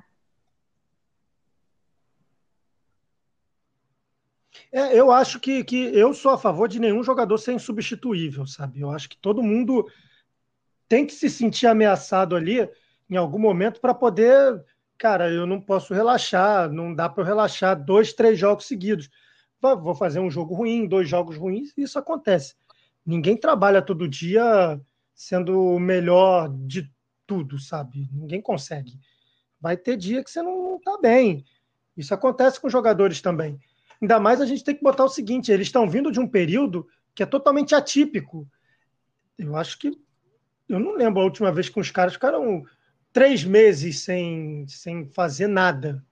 Eu acho que eu sou a favor de nenhum jogador ser insubstituível, sabe? Eu acho que todo mundo tem que se sentir ameaçado ali em algum momento para poder. Cara, eu não posso relaxar, não dá para eu relaxar 2, 3 jogos seguidos. Vou fazer um jogo ruim, 2 jogos ruins, e isso acontece. Ninguém trabalha todo dia sendo o melhor de tudo, sabe? Ninguém consegue. Vai ter dia que você não está bem. Isso acontece com jogadores também. Ainda mais a gente tem que botar o seguinte: eles estão vindo de um período que é totalmente atípico. Eu acho que eu não lembro a última vez que os caras ficaram 3 meses sem fazer nada.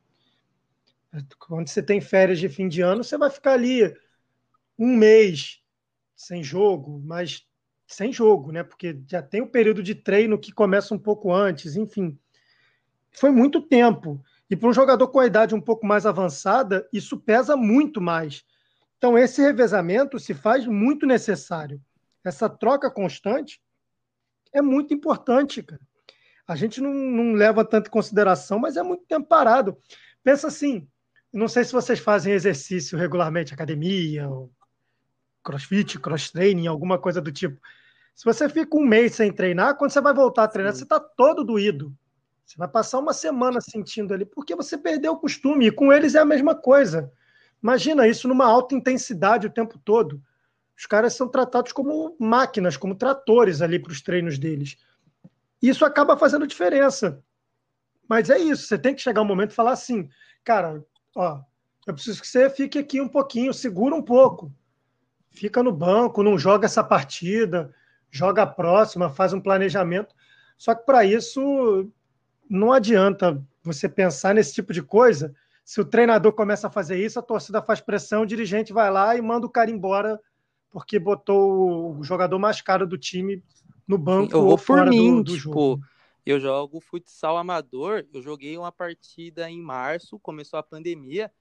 Quando você tem férias de fim de ano, você vai ficar ali um mês sem jogo, mas sem jogo, né? Porque já tem o período de treino que começa um pouco antes, enfim. Foi muito tempo. E para um jogador com a idade um pouco mais avançada, isso pesa muito mais. Então, esse revezamento se faz muito necessário. Essa troca constante é muito importante, cara. A gente não leva tanto em consideração, mas é muito tempo parado. Pensa assim, não sei se vocês fazem exercício regularmente, academia, ou crossfit, cross-training, alguma coisa do tipo. Se você fica um mês sem treinar, quando você vai voltar a treinar, você Sim. está todo doído. Você vai passar uma semana sentindo ali, porque você perdeu o costume, e com eles é a mesma coisa. Imagina isso numa alta intensidade o tempo todo. Os caras são tratados como máquinas, como tratores ali para os treinos deles. Isso acaba fazendo diferença. Mas é isso, você tem que chegar um momento e falar assim, cara, ó, eu preciso que você fique aqui um pouquinho, segura um pouco, fica no banco, não joga essa partida, joga a próxima, faz um planejamento. Só que para isso não adianta você pensar nesse tipo de coisa. Se o treinador começa a fazer isso, a torcida faz pressão, o dirigente vai lá e manda o cara embora porque botou o jogador mais caro do time no Sim, banco eu ou vou por fora mim, do jogo. tipo, eu jogo futsal amador, eu joguei uma partida em março, começou a pandemia,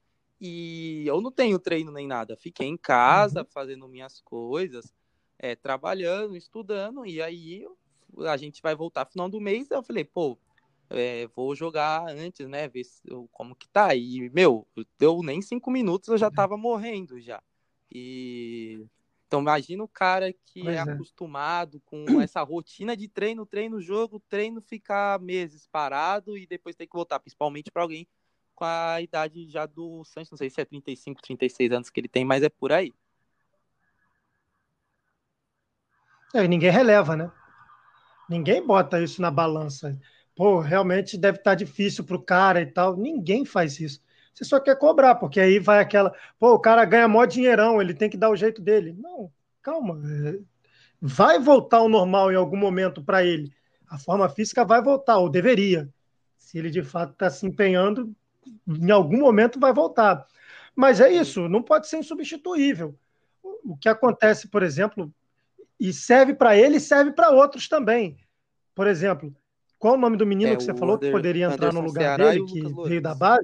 e eu não tenho treino nem nada. Fiquei em casa, fazendo minhas coisas, trabalhando, estudando, e aí a gente vai voltar no final do mês, eu falei, pô, vou jogar antes, né, ver como que tá. E, meu, deu nem 5 minutos, eu já tava morrendo já. E... Então, imagina o cara que é Pois é. acostumado com essa rotina de treino, treino, jogo, treino, ficar meses parado e depois ter que voltar, principalmente para alguém com a idade já do Sanches, não sei se é 35, 36 anos que ele tem, mas é por aí. E ninguém releva, né? Ninguém bota isso na balança. Pô, realmente deve estar difícil para o cara e tal. Ninguém faz isso. Você só quer cobrar, porque aí vai aquela. Pô, o cara ganha mó dinheirão, ele tem que dar o jeito dele. Não, calma. Vai voltar ao normal em algum momento para ele. A forma física vai voltar, ou deveria. Se ele de fato está se empenhando, em algum momento vai voltar. Mas é Sim. isso, não pode ser insubstituível. O que acontece, por exemplo, e serve para ele e serve para outros também. Por exemplo, qual o nome do menino que você O falou que poderia entrar no Anderson lugar Ceará e dele, o Lucas que veio da Lourenço. base?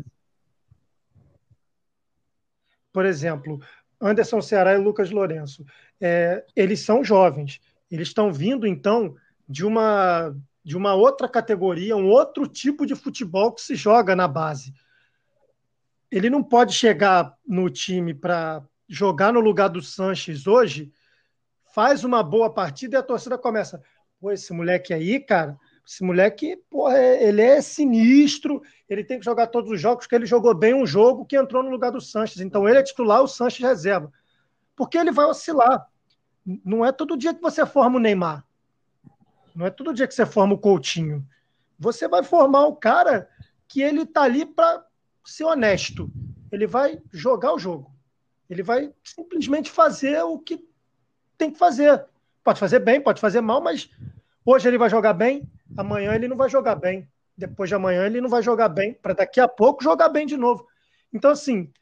Por exemplo, Anderson Ceará e Lucas Lourenço. Eles são jovens. Eles estão vindo, então, de uma outra categoria, um outro tipo de futebol que se joga na base. Ele não pode chegar no time para jogar no lugar do Sanches hoje, faz uma boa partida e a torcida começa. Pô, esse moleque aí, cara, esse moleque, porra, ele é sinistro, ele tem que jogar todos os jogos, porque ele jogou bem um jogo que entrou no lugar do Sanches. Então ele é titular, o Sanches reserva. Porque ele vai oscilar. Não é todo dia que você forma o Neymar. Não é todo dia que você forma o Coutinho. Você vai formar o cara que ele tá ali para ser honesto. Ele vai jogar o jogo. Ele vai simplesmente fazer o que tem que fazer. Pode fazer bem, pode fazer mal, mas hoje ele vai jogar bem, amanhã ele não vai jogar bem, depois de amanhã ele não vai jogar bem, para daqui a pouco jogar bem de novo. Então, assim,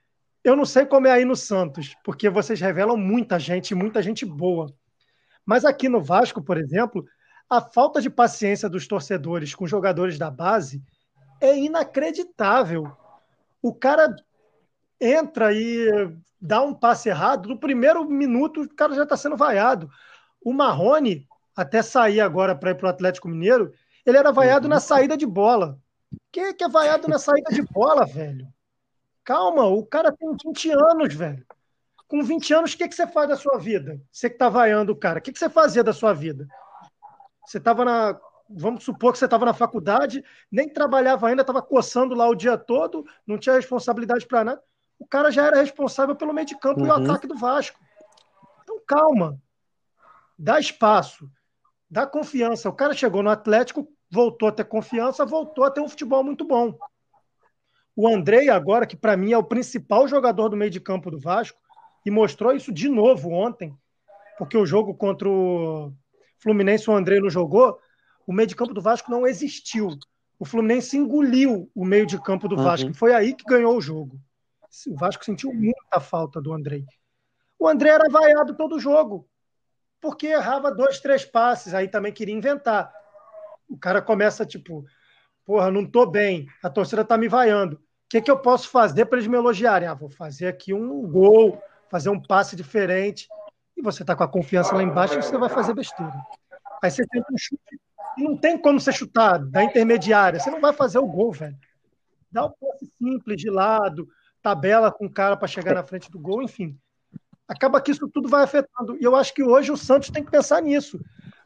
eu não sei como é aí no Santos, porque vocês revelam muita gente boa. Mas aqui no Vasco, por exemplo, a falta de paciência dos torcedores com jogadores da base é inacreditável. O cara entra e dá um passe errado, no primeiro minuto o cara já está sendo vaiado. O Marrone, até sair agora para ir para o Atlético Mineiro, ele era vaiado na saída de bola. Quem é que é vaiado na saída de bola, velho? Calma, o cara tem 20 anos, velho. Com 20 anos, o que você faz da sua vida? Você que tá vaiando o cara, o que você fazia da sua vida? Você estava na... Vamos supor que você estava na faculdade, nem trabalhava ainda, estava coçando lá o dia todo, não tinha responsabilidade para nada. O cara já era responsável pelo meio de campo e o ataque do Vasco. Então, calma. Dá espaço. Dá confiança. O cara chegou no Atlético, voltou a ter confiança, voltou a ter um futebol muito bom. O Andrei agora, que para mim é o principal jogador do meio de campo do Vasco, e mostrou isso de novo ontem, porque o jogo contra o Fluminense, o Andrei não jogou, o meio de campo do Vasco não existiu. O Fluminense engoliu o meio de campo do Vasco, e foi aí que ganhou o jogo. O Vasco sentiu muita falta do Andrei. O Andrei era vaiado todo jogo, porque errava 2, 3 passes, aí também queria inventar. O cara começa tipo, porra, não tô bem, a torcida tá me vaiando. O que eu posso fazer para eles me elogiarem? Vou fazer aqui um gol, fazer um passe diferente. E você tá com a confiança lá embaixo, você vai fazer besteira. Aí você tenta um chute, e não tem como você chutar da intermediária, você não vai fazer o gol, velho. Dá um passe simples de lado, tabela com o cara para chegar na frente do gol, enfim. Acaba que isso tudo vai afetando. E eu acho que hoje o Santos tem que pensar nisso.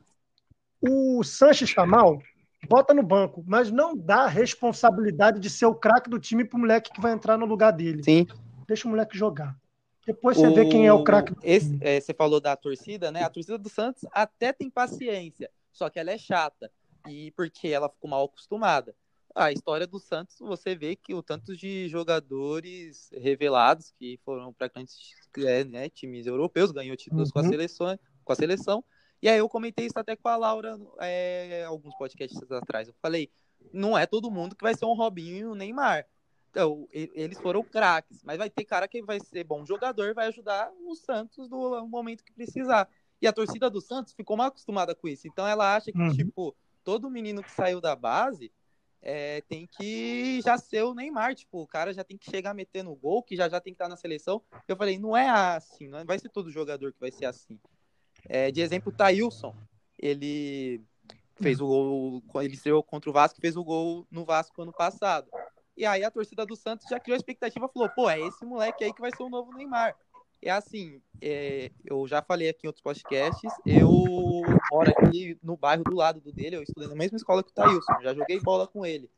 O Sanches está mal, bota no banco, mas não dá responsabilidade de ser o craque do time para o moleque que vai entrar no lugar dele. Sim. Deixa o moleque jogar. Depois você vê quem é o craque do time. Você falou da torcida, né? A torcida do Santos até tem paciência, só que ela é chata. E porque ela ficou mal acostumada. A história do Santos, você vê que o tanto de jogadores revelados que foram praticamente times europeus, ganhou títulos com a seleção. E aí eu comentei isso até com a Laura alguns podcasts atrás. Eu falei, não é todo mundo que vai ser um Robinho e um Neymar. Então, eles foram craques, mas vai ter cara que vai ser bom jogador, vai ajudar o Santos no momento que precisar. E a torcida do Santos ficou mal acostumada com isso. Então ela acha que, tipo, todo menino que saiu da base tem que já ser o Neymar. Tipo, o cara já tem que chegar metendo gol, que já tem que estar na seleção. Eu falei, não é assim, não vai ser todo jogador que vai ser assim. De exemplo, o Thailson, ele fez o gol, ele estreou contra o Vasco e fez o gol no Vasco ano passado. E aí a torcida do Santos já criou a expectativa, falou, pô, é esse moleque aí que vai ser o novo Neymar. É assim, eu já falei aqui em outros podcasts, eu moro aqui no bairro do lado dele, eu estudei na mesma escola que o Thailson, já joguei bola com ele.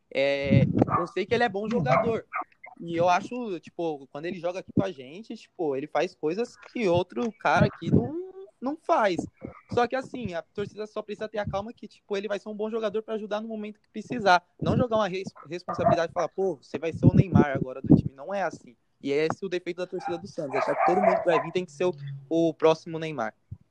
Eu sei que ele é bom jogador. E eu acho, tipo, quando ele joga aqui com a gente, tipo, ele faz coisas que outro cara aqui não faz. Só que assim, a torcida só precisa ter a calma que, tipo, ele vai ser um bom jogador para ajudar no momento que precisar. Não jogar uma responsabilidade e falar, pô, você vai ser o Neymar agora do time. Não é assim. E é esse o defeito da torcida do Santos. Achar que todo mundo que vai vir tem que ser o próximo Neymar.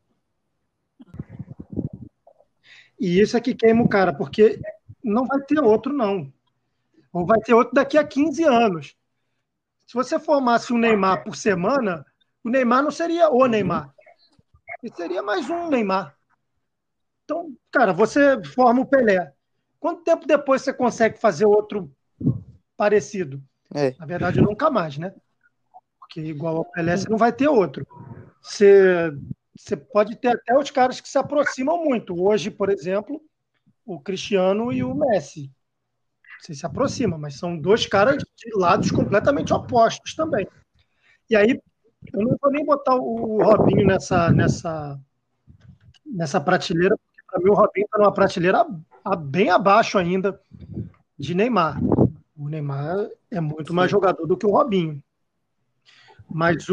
E isso é que queima o cara, porque não vai ter outro, não. Ou vai ter outro daqui a 15 anos. Se você formasse um Neymar por semana, o Neymar não seria o Neymar. Ele seria mais um Neymar. Então, cara, você forma o Pelé. Quanto tempo depois você consegue fazer outro parecido? Na verdade, nunca mais, né? Porque igual ao Pelé, você não vai ter outro. Você pode ter até os caras que se aproximam muito. Hoje, por exemplo, o Cristiano e o Messi. Você se aproxima, mas são dois caras de lados completamente opostos também. E aí, eu não vou nem botar o Robinho nessa prateleira, porque para mim o Robinho está numa prateleira bem abaixo ainda de Neymar. O Neymar é muito mais jogador do que o Robinho. Mas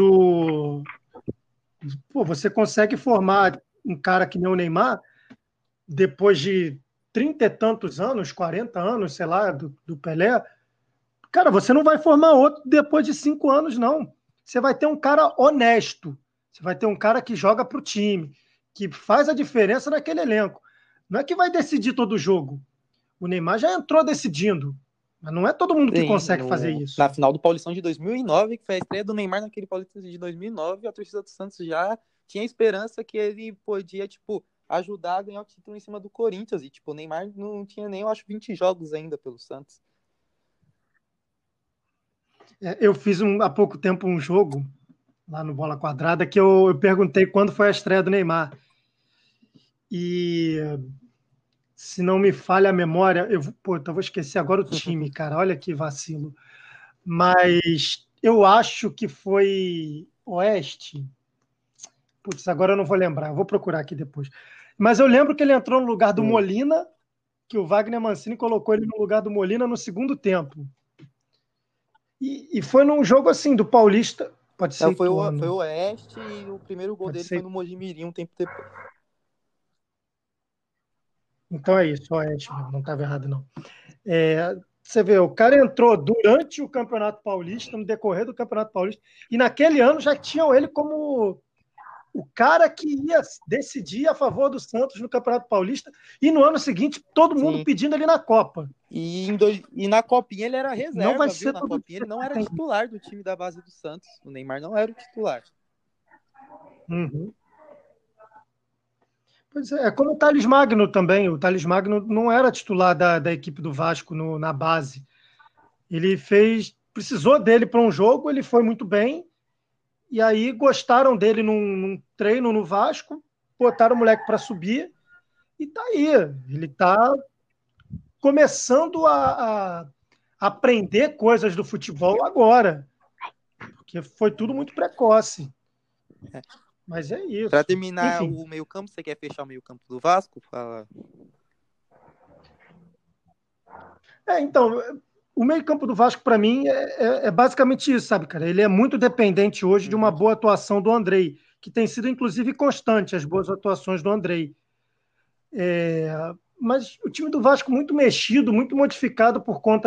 você consegue formar um cara que nem o Neymar depois de 30 e tantos anos, 40 anos, sei lá, do Pelé. Cara, você não vai formar outro depois de 5 anos, não. Você vai ter um cara honesto. Você vai ter um cara que joga para o time, que faz a diferença naquele elenco. Não é que vai decidir todo o jogo. O Neymar já entrou decidindo. Mas não é todo mundo que Sim, consegue fazer isso. Na final do Paulistão de 2009, que foi a estreia do Neymar naquele Paulistão de 2009, a torcida do Santos já tinha esperança que ele podia, tipo, ajudar a ganhar o título em cima do Corinthians. E, tipo, o Neymar não tinha nem, eu acho, 20 jogos ainda pelo Santos. Eu fiz há pouco tempo um jogo lá no Bola Quadrada que eu perguntei quando foi a estreia do Neymar. E se não me falha a memória, então vou esquecer agora o time, cara. Olha que vacilo. Mas eu acho que foi Oeste. Putz, agora eu não vou lembrar. Eu vou procurar aqui depois. Mas eu lembro que ele entrou no lugar do Molina, que o Wagner Mancini colocou ele no lugar do Molina no segundo tempo. E foi num jogo assim, do Paulista. Pode ser. Não, foi o Oeste e o primeiro gol dele foi no Mojimirim um tempo depois. Então é isso, Oeste, não estava errado, não. Você vê, o cara entrou durante o Campeonato Paulista, no decorrer do Campeonato Paulista, e naquele ano já tinham ele como o cara que ia decidir a favor do Santos no Campeonato Paulista, e no ano seguinte todo mundo pedindo ele na Copa. E na Copinha ele era reserva, não vai ser na Copinha ele não era titular do time da base do Santos. O Neymar não era o titular. Uhum. Pois é como o Thales Magno também. O Thales Magno não era titular da equipe do Vasco na base. Ele precisou dele para um jogo, ele foi muito bem, e aí gostaram dele num treino no Vasco, botaram o moleque para subir, e tá aí. Ele tá começando a aprender coisas do futebol agora, porque foi tudo muito precoce. Mas é isso. Para terminar o meio-campo, você quer fechar o meio-campo do Vasco? Fala. Então, o meio-campo do Vasco, para mim, é basicamente isso, sabe, cara? Ele é muito dependente hoje de uma boa atuação do Andrei, que tem sido, inclusive, constante, as boas atuações do Andrei. Mas o time do Vasco muito mexido, muito modificado por conta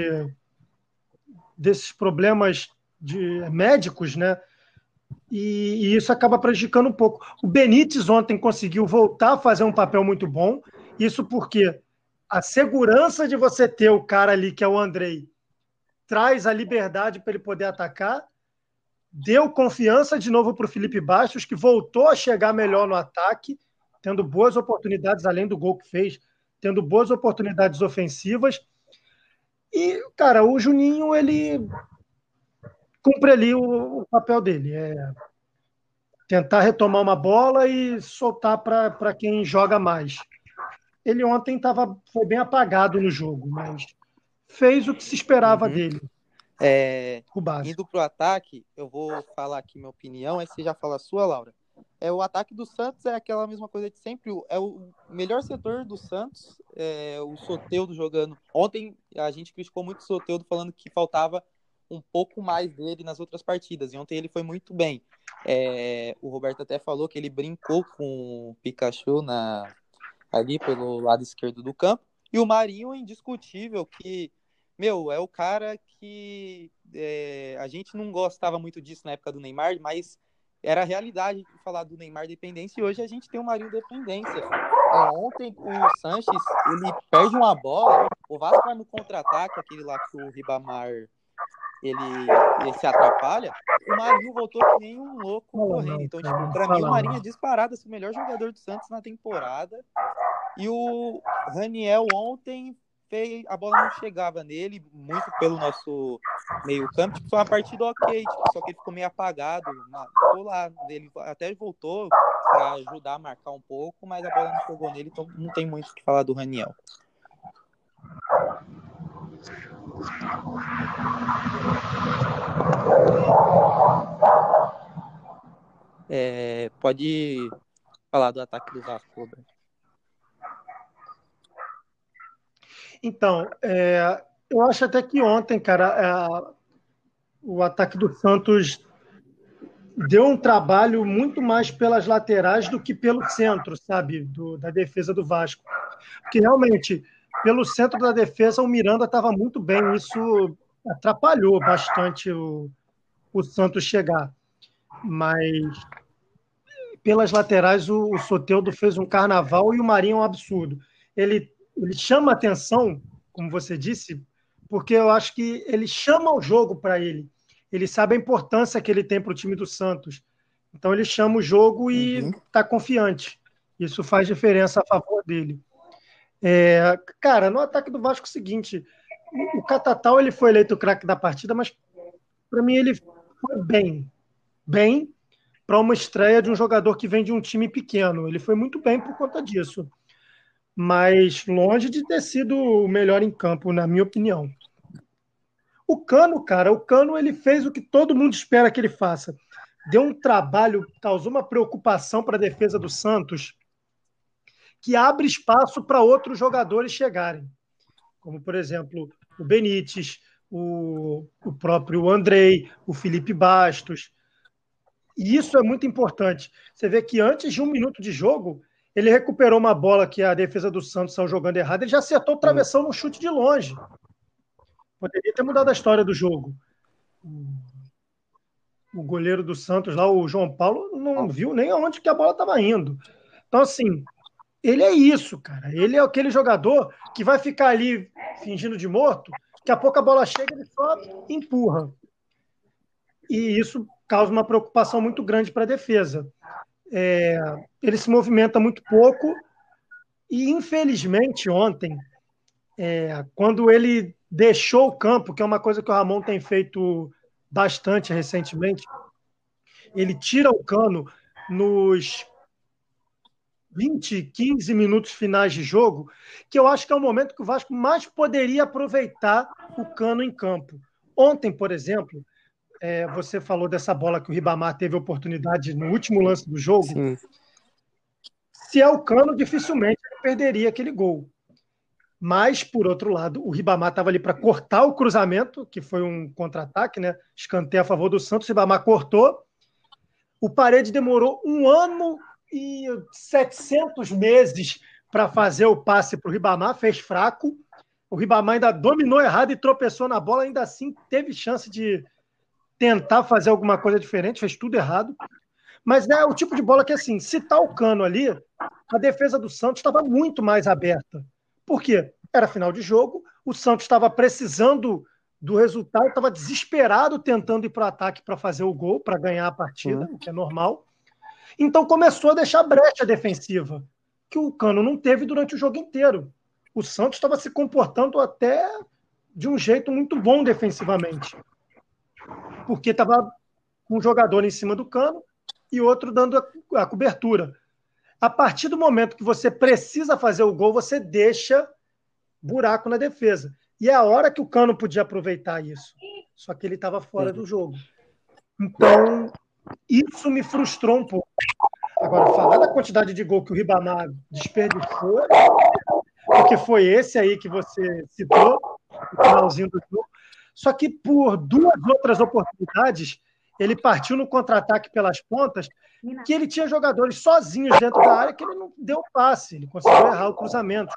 desses problemas médicos, né? E isso acaba prejudicando um pouco. O Benítez ontem conseguiu voltar a fazer um papel muito bom, isso porque a segurança de você ter o cara ali, que é o Andrei, traz a liberdade para ele poder atacar, deu confiança de novo para o Felipe Bastos, que voltou a chegar melhor no ataque, tendo boas oportunidades, além do gol que fez, tendo boas oportunidades ofensivas. E, cara, o Juninho, ele cumpre ali o papel dele, tentar retomar uma bola e soltar para quem joga mais. Ele ontem foi bem apagado no jogo, mas fez o que se esperava dele. Indo para o ataque, eu vou falar aqui minha opinião, aí você já fala a sua, Laura. O ataque do Santos é aquela mesma coisa de sempre, é o melhor setor do Santos, o Soteldo jogando. Ontem a gente criticou muito o Soteldo, falando que faltava um pouco mais dele nas outras partidas, e ontem ele foi muito bem. O Roberto até falou que ele brincou com o Pikachu ali pelo lado esquerdo do campo, e o Marinho, indiscutível, que é o cara que a gente não gostava muito disso na época do Neymar, mas era a realidade de falar do Neymar dependência, e hoje a gente tem o Marinho dependência. Ontem o Sanches, ele perde uma bola, o Vasco vai no contra-ataque, aquele lá que o Ribamar ele se atrapalha, o Marinho voltou que nem um louco correndo. Então, tipo, pra mim o Marinho é disparado o melhor jogador do Santos na temporada, e o Raniel ontem a bola não chegava nele, muito pelo nosso meio campo, tipo, foi uma partida ok, tipo, só que ele ficou meio apagado, ficou lá, ele até voltou para ajudar a marcar um pouco, mas a bola não chegou nele, então não tem muito o que falar do Raniel. Pode falar do ataque do Vasco, Roberto. Então, eu acho até que ontem, cara, o ataque do Santos deu um trabalho muito mais pelas laterais do que pelo centro, sabe, da defesa do Vasco. Porque realmente, pelo centro da defesa, o Miranda estava muito bem, isso atrapalhou bastante o Santos chegar. Mas pelas laterais, o Soteldo fez um carnaval e o Marinho é um absurdo. Ele chama atenção, como você disse, porque eu acho que ele chama o jogo para ele. Ele sabe a importância que ele tem para o time do Santos. Então ele chama o jogo e está confiante. Isso faz diferença a favor dele. Cara, no ataque do Vasco é o seguinte, o Catatal ele foi eleito o craque da partida, mas para mim ele foi bem para uma estreia de um jogador que vem de um time pequeno. Ele foi muito bem por conta disso, mas longe de ter sido o melhor em campo, na minha opinião. O Cano ele fez o que todo mundo espera que ele faça. Deu um trabalho, causou uma preocupação para a defesa do Santos, que abre espaço para outros jogadores chegarem, como, por exemplo, o Benítez, o próprio Andrei, o Felipe Bastos. E isso é muito importante. Você vê que antes de 1 minuto de jogo, ele recuperou uma bola que a defesa do Santos saiu jogando errado, ele já acertou o travessão no chute de longe. Poderia ter mudado a história do jogo. O goleiro do Santos lá, o João Paulo, não viu nem aonde que a bola estava indo. Então, assim, ele é isso, cara. Ele é aquele jogador que vai ficar ali fingindo de morto, daqui a pouco a bola chega e ele só empurra. E isso causa uma preocupação muito grande para a defesa. Ele se movimenta muito pouco e, infelizmente, ontem, quando ele deixou o campo, que é uma coisa que o Ramon tem feito bastante recentemente, ele tira o Cano nos 20, 15 minutos finais de jogo, que eu acho que é o momento que o Vasco mais poderia aproveitar o Cano em campo. Ontem, por exemplo, você falou dessa bola que o Ribamar teve oportunidade no último lance do jogo. Sim. Se é o Cano, dificilmente ele perderia aquele gol. Mas, por outro lado, o Ribamar estava ali para cortar o cruzamento, que foi um contra-ataque, né? Escanteio a favor do Santos, o Ribamar cortou. O Paredes demorou 1 ano e 700 meses para fazer o passe para o Ribamar, fez fraco. O Ribamar ainda dominou errado e tropeçou na bola, ainda assim teve chance de tentar fazer alguma coisa diferente, fez tudo errado. Mas é o tipo de bola que, assim, se tá o Cano ali, a defesa do Santos estava muito mais aberta. Por quê? Era final de jogo, o Santos estava precisando do resultado, estava desesperado tentando ir para o ataque para fazer o gol, para ganhar a partida, o que é normal. Então começou a deixar brecha defensiva, que o Cano não teve durante o jogo inteiro. O Santos estava se comportando até de um jeito muito bom defensivamente, porque estava com um jogador em cima do Cano e outro dando a cobertura. A partir do momento que você precisa fazer o gol, você deixa buraco na defesa. E é a hora que o Cano podia aproveitar isso. Só que ele estava fora do jogo. Então, isso me frustrou um pouco. Agora, falar da quantidade de gol que o Ribamar desperdiçou, porque foi esse aí que você citou, no finalzinho do jogo. Só que por 2 outras oportunidades, ele partiu no contra-ataque pelas pontas, que ele tinha jogadores sozinhos dentro da área, que ele não deu passe, ele conseguiu errar o cruzamento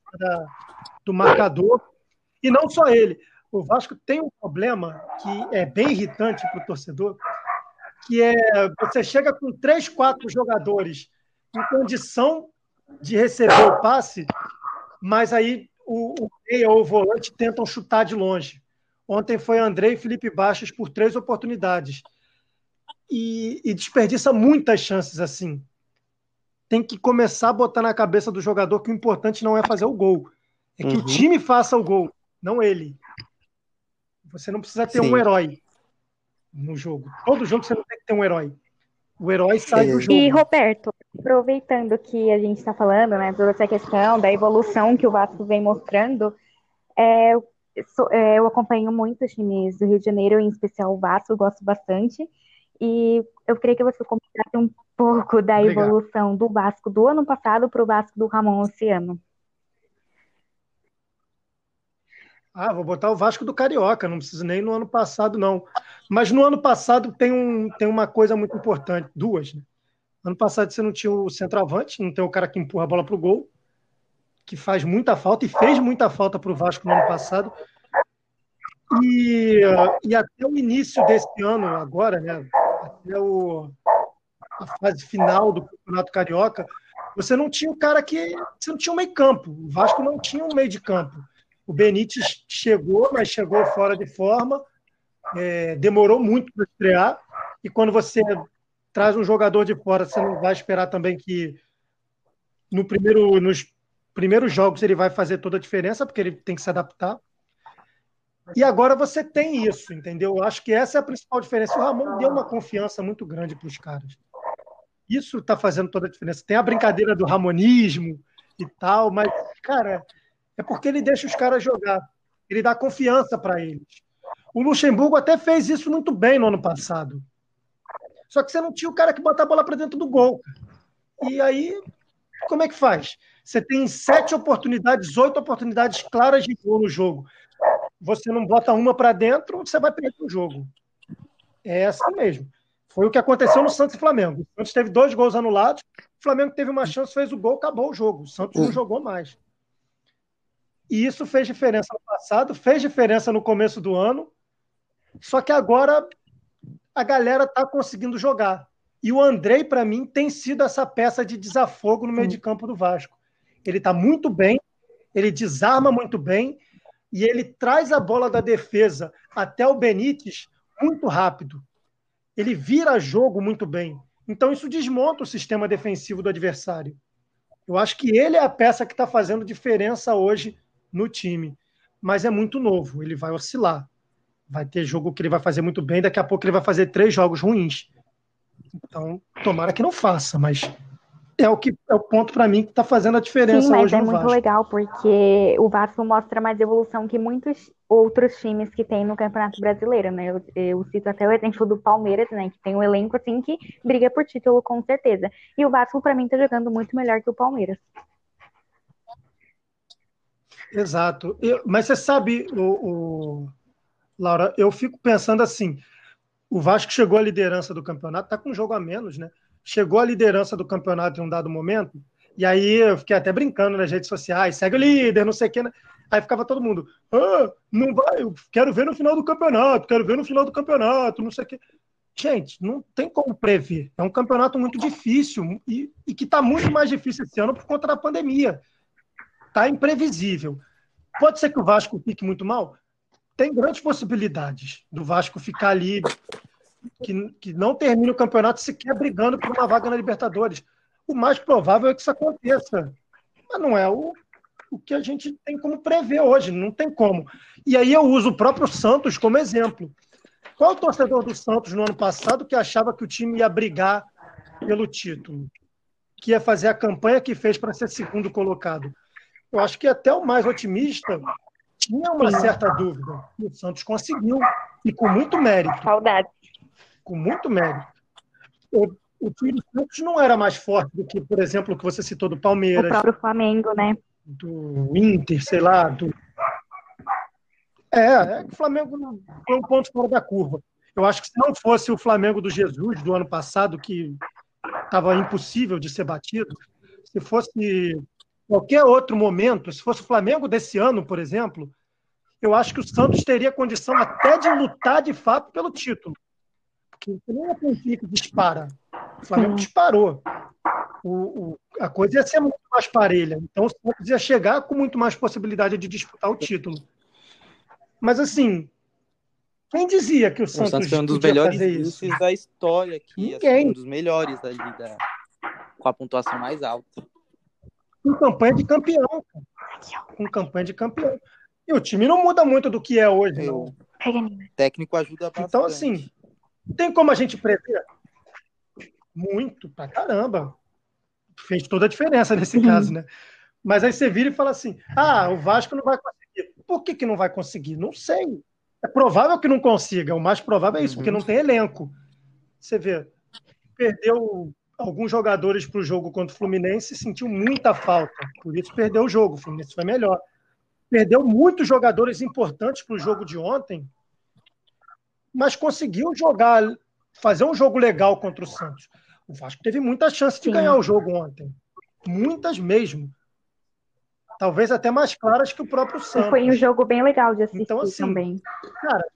do marcador. E não só ele. O Vasco tem um problema que é bem irritante para o torcedor, que é você chega com 3, 4 jogadores em condição de receber o passe, mas aí o meia ou o volante tentam chutar de longe. Ontem foi Andrei e Felipe Bastos por 3 oportunidades. E desperdiça muitas chances assim. Tem que começar a botar na cabeça do jogador que o importante não é fazer o gol. É que o time faça o gol, não ele. Você não precisa ter um herói no jogo. Todo jogo você não tem que ter um herói. O herói sai do jogo. E, Roberto, aproveitando que a gente está falando, né, toda essa questão da evolução que o Vasco vem mostrando, eu acompanho muitos times do Rio de Janeiro, em especial o Vasco, gosto bastante. E eu queria que você comentasse um pouco da evolução do Vasco do ano passado para o Vasco do Ramon esse ano. Vou botar o Vasco do Carioca, não preciso nem no ano passado, não. Mas no ano passado tem uma coisa muito importante, 2, né? Ano passado você não tinha o centroavante, não tem o cara que empurra a bola para o gol, que faz muita falta e fez muita falta para o Vasco no ano passado. E até o início desse ano, agora, né? Até a fase final do Campeonato Carioca, você não tinha o cara que... Você não tinha um meio campo. O Vasco não tinha um meio de campo. O Benítez chegou, mas chegou fora de forma, demorou muito para estrear, e quando você traz um jogador de fora, você não vai esperar também que nos primeiros jogos ele vai fazer toda a diferença, porque ele tem que se adaptar. E agora você tem isso, entendeu? Eu acho que essa é a principal diferença. O Ramon deu uma confiança muito grande para os caras. Isso está fazendo toda a diferença. Tem a brincadeira do ramonismo e tal, mas, cara, é porque ele deixa os caras jogar. Ele dá confiança para eles. O Luxemburgo até fez isso muito bem no ano passado. Só que você não tinha o cara que bota a bola para dentro do gol. E aí, como é que faz? Você tem 7 oportunidades, 8 oportunidades claras de gol no jogo. Você não bota uma para dentro, você vai perder o jogo. É assim mesmo. Foi o que aconteceu no Santos e Flamengo. O Santos teve 2 gols anulados, o Flamengo teve uma chance, fez o gol, acabou o jogo. O Santos não jogou mais. E isso fez diferença no passado, fez diferença no começo do ano, só que agora a galera está conseguindo jogar. E o Andrei, para mim, tem sido essa peça de desafogo no meio de campo do Vasco. Ele está muito bem, ele desarma muito bem, e ele traz a bola da defesa até o Benítez muito rápido. Ele vira jogo muito bem. Então isso desmonta o sistema defensivo do adversário. Eu acho que ele é a peça que está fazendo diferença hoje no time. Mas é muito novo, ele vai oscilar. Vai ter jogo que ele vai fazer muito bem, daqui a pouco ele vai fazer 3 jogos ruins. Então, tomara que não faça, mas é o ponto para mim que está fazendo a diferença. Sim, mas hoje no Vasco. Mas é muito legal, porque o Vasco mostra mais evolução que muitos outros times que tem no Campeonato Brasileiro, né? Eu cito até o exemplo do Palmeiras, né? Que tem um elenco, assim, que briga por título, com certeza. E o Vasco, para mim, tá jogando muito melhor que o Palmeiras. Exato. Mas você sabe, Laura, eu fico pensando assim, o Vasco chegou à liderança do campeonato, está com um jogo a menos, né? Chegou à liderança do campeonato em um dado momento, e aí eu fiquei até brincando nas redes sociais, segue o líder, não sei o quê, né? Aí ficava todo mundo, não vai, eu quero ver no final do campeonato, não sei o quê. Gente, não tem como prever. É um campeonato muito difícil e que está muito mais difícil esse ano por conta da pandemia. Está imprevisível. Pode ser que o Vasco fique muito mal? Tem grandes possibilidades do Vasco ficar ali, que não termine o campeonato sequer brigando por uma vaga na Libertadores. O mais provável é que isso aconteça. Mas não é o que a gente tem como prever hoje, não tem como. E aí eu uso o próprio Santos como exemplo. Qual o torcedor do Santos no ano passado que achava que o time ia brigar pelo título? Que ia fazer a campanha que fez para ser segundo colocado? Eu acho que até o mais otimista tinha uma certa dúvida. E o Santos conseguiu, e com muito mérito. Saudade. Com muito mérito. O time do Santos não era mais forte do que, por exemplo, o que você citou do Palmeiras. O próprio Flamengo, né? Do Inter, sei lá. É que o Flamengo foi um ponto fora da curva. Eu acho que se não fosse o Flamengo do Jesus do ano passado, que estava impossível de ser batido, se fosse qualquer outro momento, se fosse o Flamengo desse ano, por exemplo, eu acho que o Santos teria condição até de lutar de fato pelo título. Porque não é um time que dispara. O Flamengo disparou. A coisa ia ser muito mais parelha. Então o Santos ia chegar com muito mais possibilidade de disputar o título. Mas assim, quem dizia que o Santos foi um dos melhores vices da história aqui. Assim, um dos melhores ali, com a pontuação mais alta. Com campanha de campeão. Com campanha de campeão. E o time não muda muito do que é hoje, não. O técnico ajuda bastante. Então, assim, tem como a gente prever? Muito, pra caramba. Fez toda a diferença nesse caso, né? Mas aí você vira e fala assim, o Vasco não vai conseguir. Por que não vai conseguir? Não sei. É provável que não consiga. O mais provável é isso, porque não tem elenco. Você vê, perdeu alguns jogadores para o jogo contra o Fluminense e sentiu muita falta. Por isso perdeu o jogo. O Fluminense foi melhor. Perdeu muitos jogadores importantes para o jogo de ontem, mas conseguiu fazer um jogo legal contra o Santos. O Vasco teve muita chance de ganhar o jogo ontem. Muitas mesmo. Talvez até mais claras que o próprio Santos. E foi um jogo bem legal de assistir então, assim, também. Cara,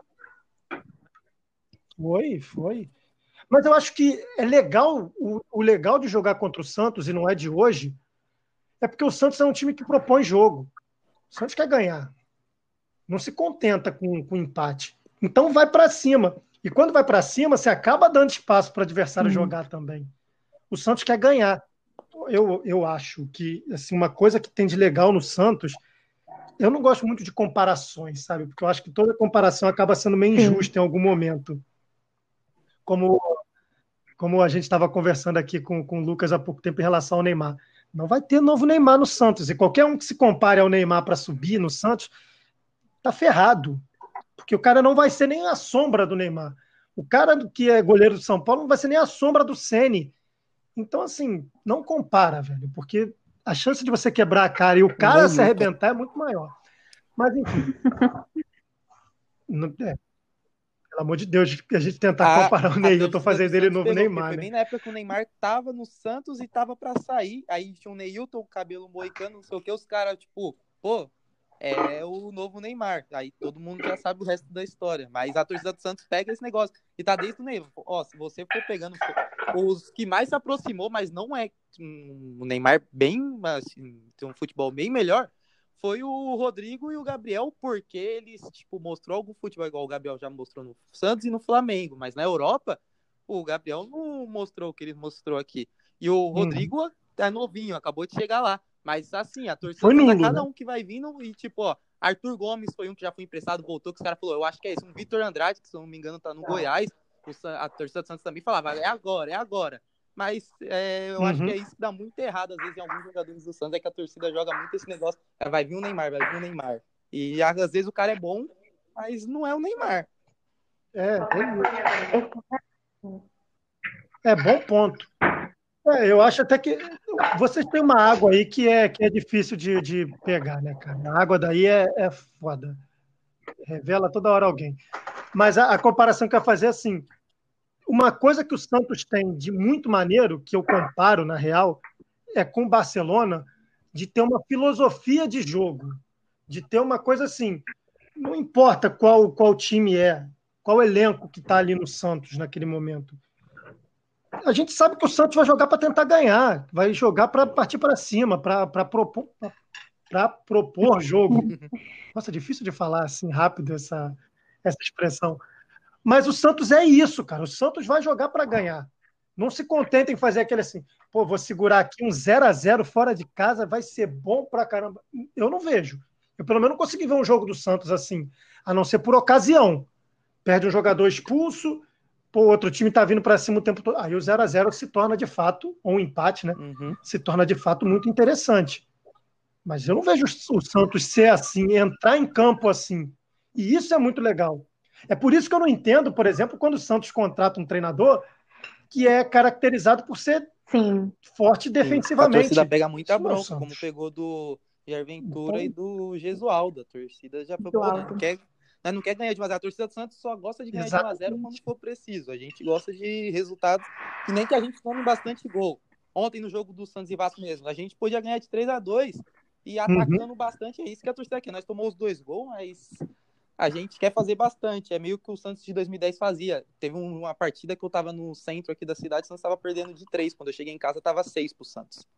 foi. Mas eu acho que é legal, o legal de jogar contra o Santos, e não é de hoje, é porque o Santos é um time que propõe jogo. O Santos quer ganhar. Não se contenta com empate. Então vai para cima. E quando vai para cima, você acaba dando espaço para o adversário jogar também. O Santos quer ganhar. Eu acho que assim, uma coisa que tem de legal no Santos, eu não gosto muito de comparações, sabe? Porque eu acho que toda comparação acaba sendo meio injusta em algum momento. Como a gente estava conversando aqui com o Lucas há pouco tempo em relação ao Neymar. Não vai ter novo Neymar no Santos. E qualquer um que se compare ao Neymar para subir no Santos tá ferrado. Porque o cara não vai ser nem a sombra do Neymar. O cara que é goleiro do São Paulo não vai ser nem a sombra do Ceni. Então, assim, não compara, velho. Porque a chance de você quebrar a cara e o cara se arrebentar é muito maior. Mas, enfim. Pelo amor de Deus, a gente tentar comparar o Neilton, fazer dele novo Neymar. Foi bem na época que o Neymar tava no Santos e tava pra sair. Aí tinha o Neilton, o cabelo moicano, não sei o que, os caras, tipo, pô, é o novo Neymar. Aí todo mundo já sabe o resto da história. Mas a torcida do Santos pega esse negócio. E tá desde o Neymar. Ó, se você for pegando os que mais se aproximou, mas não é o Neymar bem, assim, tem um futebol bem melhor, foi o Rodrigo e o Gabriel, porque eles, tipo, mostrou algum futebol igual o Gabriel já mostrou no Santos e no Flamengo, mas na Europa, o Gabriel não mostrou o que ele mostrou aqui. E o Rodrigo é novinho, acabou de chegar lá. Mas, assim, a torcida nulo, cada um que vai vindo e, tipo, ó, Arthur Gomes foi um que já foi emprestado, voltou, que os caras falaram, eu acho que é isso. Um Vitor Andrade, que se eu não me engano tá no Goiás, a torcida do Santos também falava, é agora. Mas eu acho que é isso que dá muito errado, às vezes, em alguns jogadores do Santos, é que a torcida joga muito esse negócio, vai vir o Neymar. E às vezes o cara é bom, mas não é o Neymar. Bom ponto. Eu acho até que vocês têm uma água aí que é difícil de pegar, né, cara? A água daí é foda. Revela toda hora alguém. Mas a comparação que eu ia fazer é assim, uma coisa que o Santos tem de muito maneiro, que eu comparo, na real, é com o Barcelona, de ter uma filosofia de jogo, de ter uma coisa assim, não importa qual time é, qual elenco que está ali no Santos naquele momento. A gente sabe que o Santos vai jogar para tentar ganhar, vai jogar para partir para cima, para propor jogo. Nossa, é difícil de falar assim rápido essa expressão. Mas o Santos é isso, cara. O Santos vai jogar para ganhar. Não se contenta em fazer aquele assim, pô, vou segurar aqui um 0-0 fora de casa, vai ser bom pra caramba. Eu não vejo. Eu pelo menos não consegui ver um jogo do Santos assim, a não ser por ocasião. Perde um jogador expulso, pô, outro time tá vindo para cima o tempo todo. Aí o 0-0 se torna de fato, ou um empate, né? Se torna de fato muito interessante. Mas eu não vejo o Santos ser assim, entrar em campo assim. E isso é muito legal. É por isso que eu não entendo, por exemplo, quando o Santos contrata um treinador que é caracterizado por ser forte defensivamente. A torcida pega muita bronca, como pegou do Jair Ventura e do Gesualdo. A torcida já foi, não quer ganhar de 1-0. A torcida do Santos só gosta de ganhar de 1-0 quando for preciso. A gente gosta de resultados que nem que a gente tome bastante gol. Ontem, no jogo do Santos e Vasco mesmo, a gente podia ganhar de 3-2 e atacando bastante. É isso que a torcida quer. Nós tomamos 2 gols, mas a gente quer fazer bastante. É meio que o Santos de 2010 fazia. Teve uma partida que eu tava no centro aqui da cidade, o Santos tava perdendo de 3. Quando eu cheguei em casa, tava 6 pro Santos.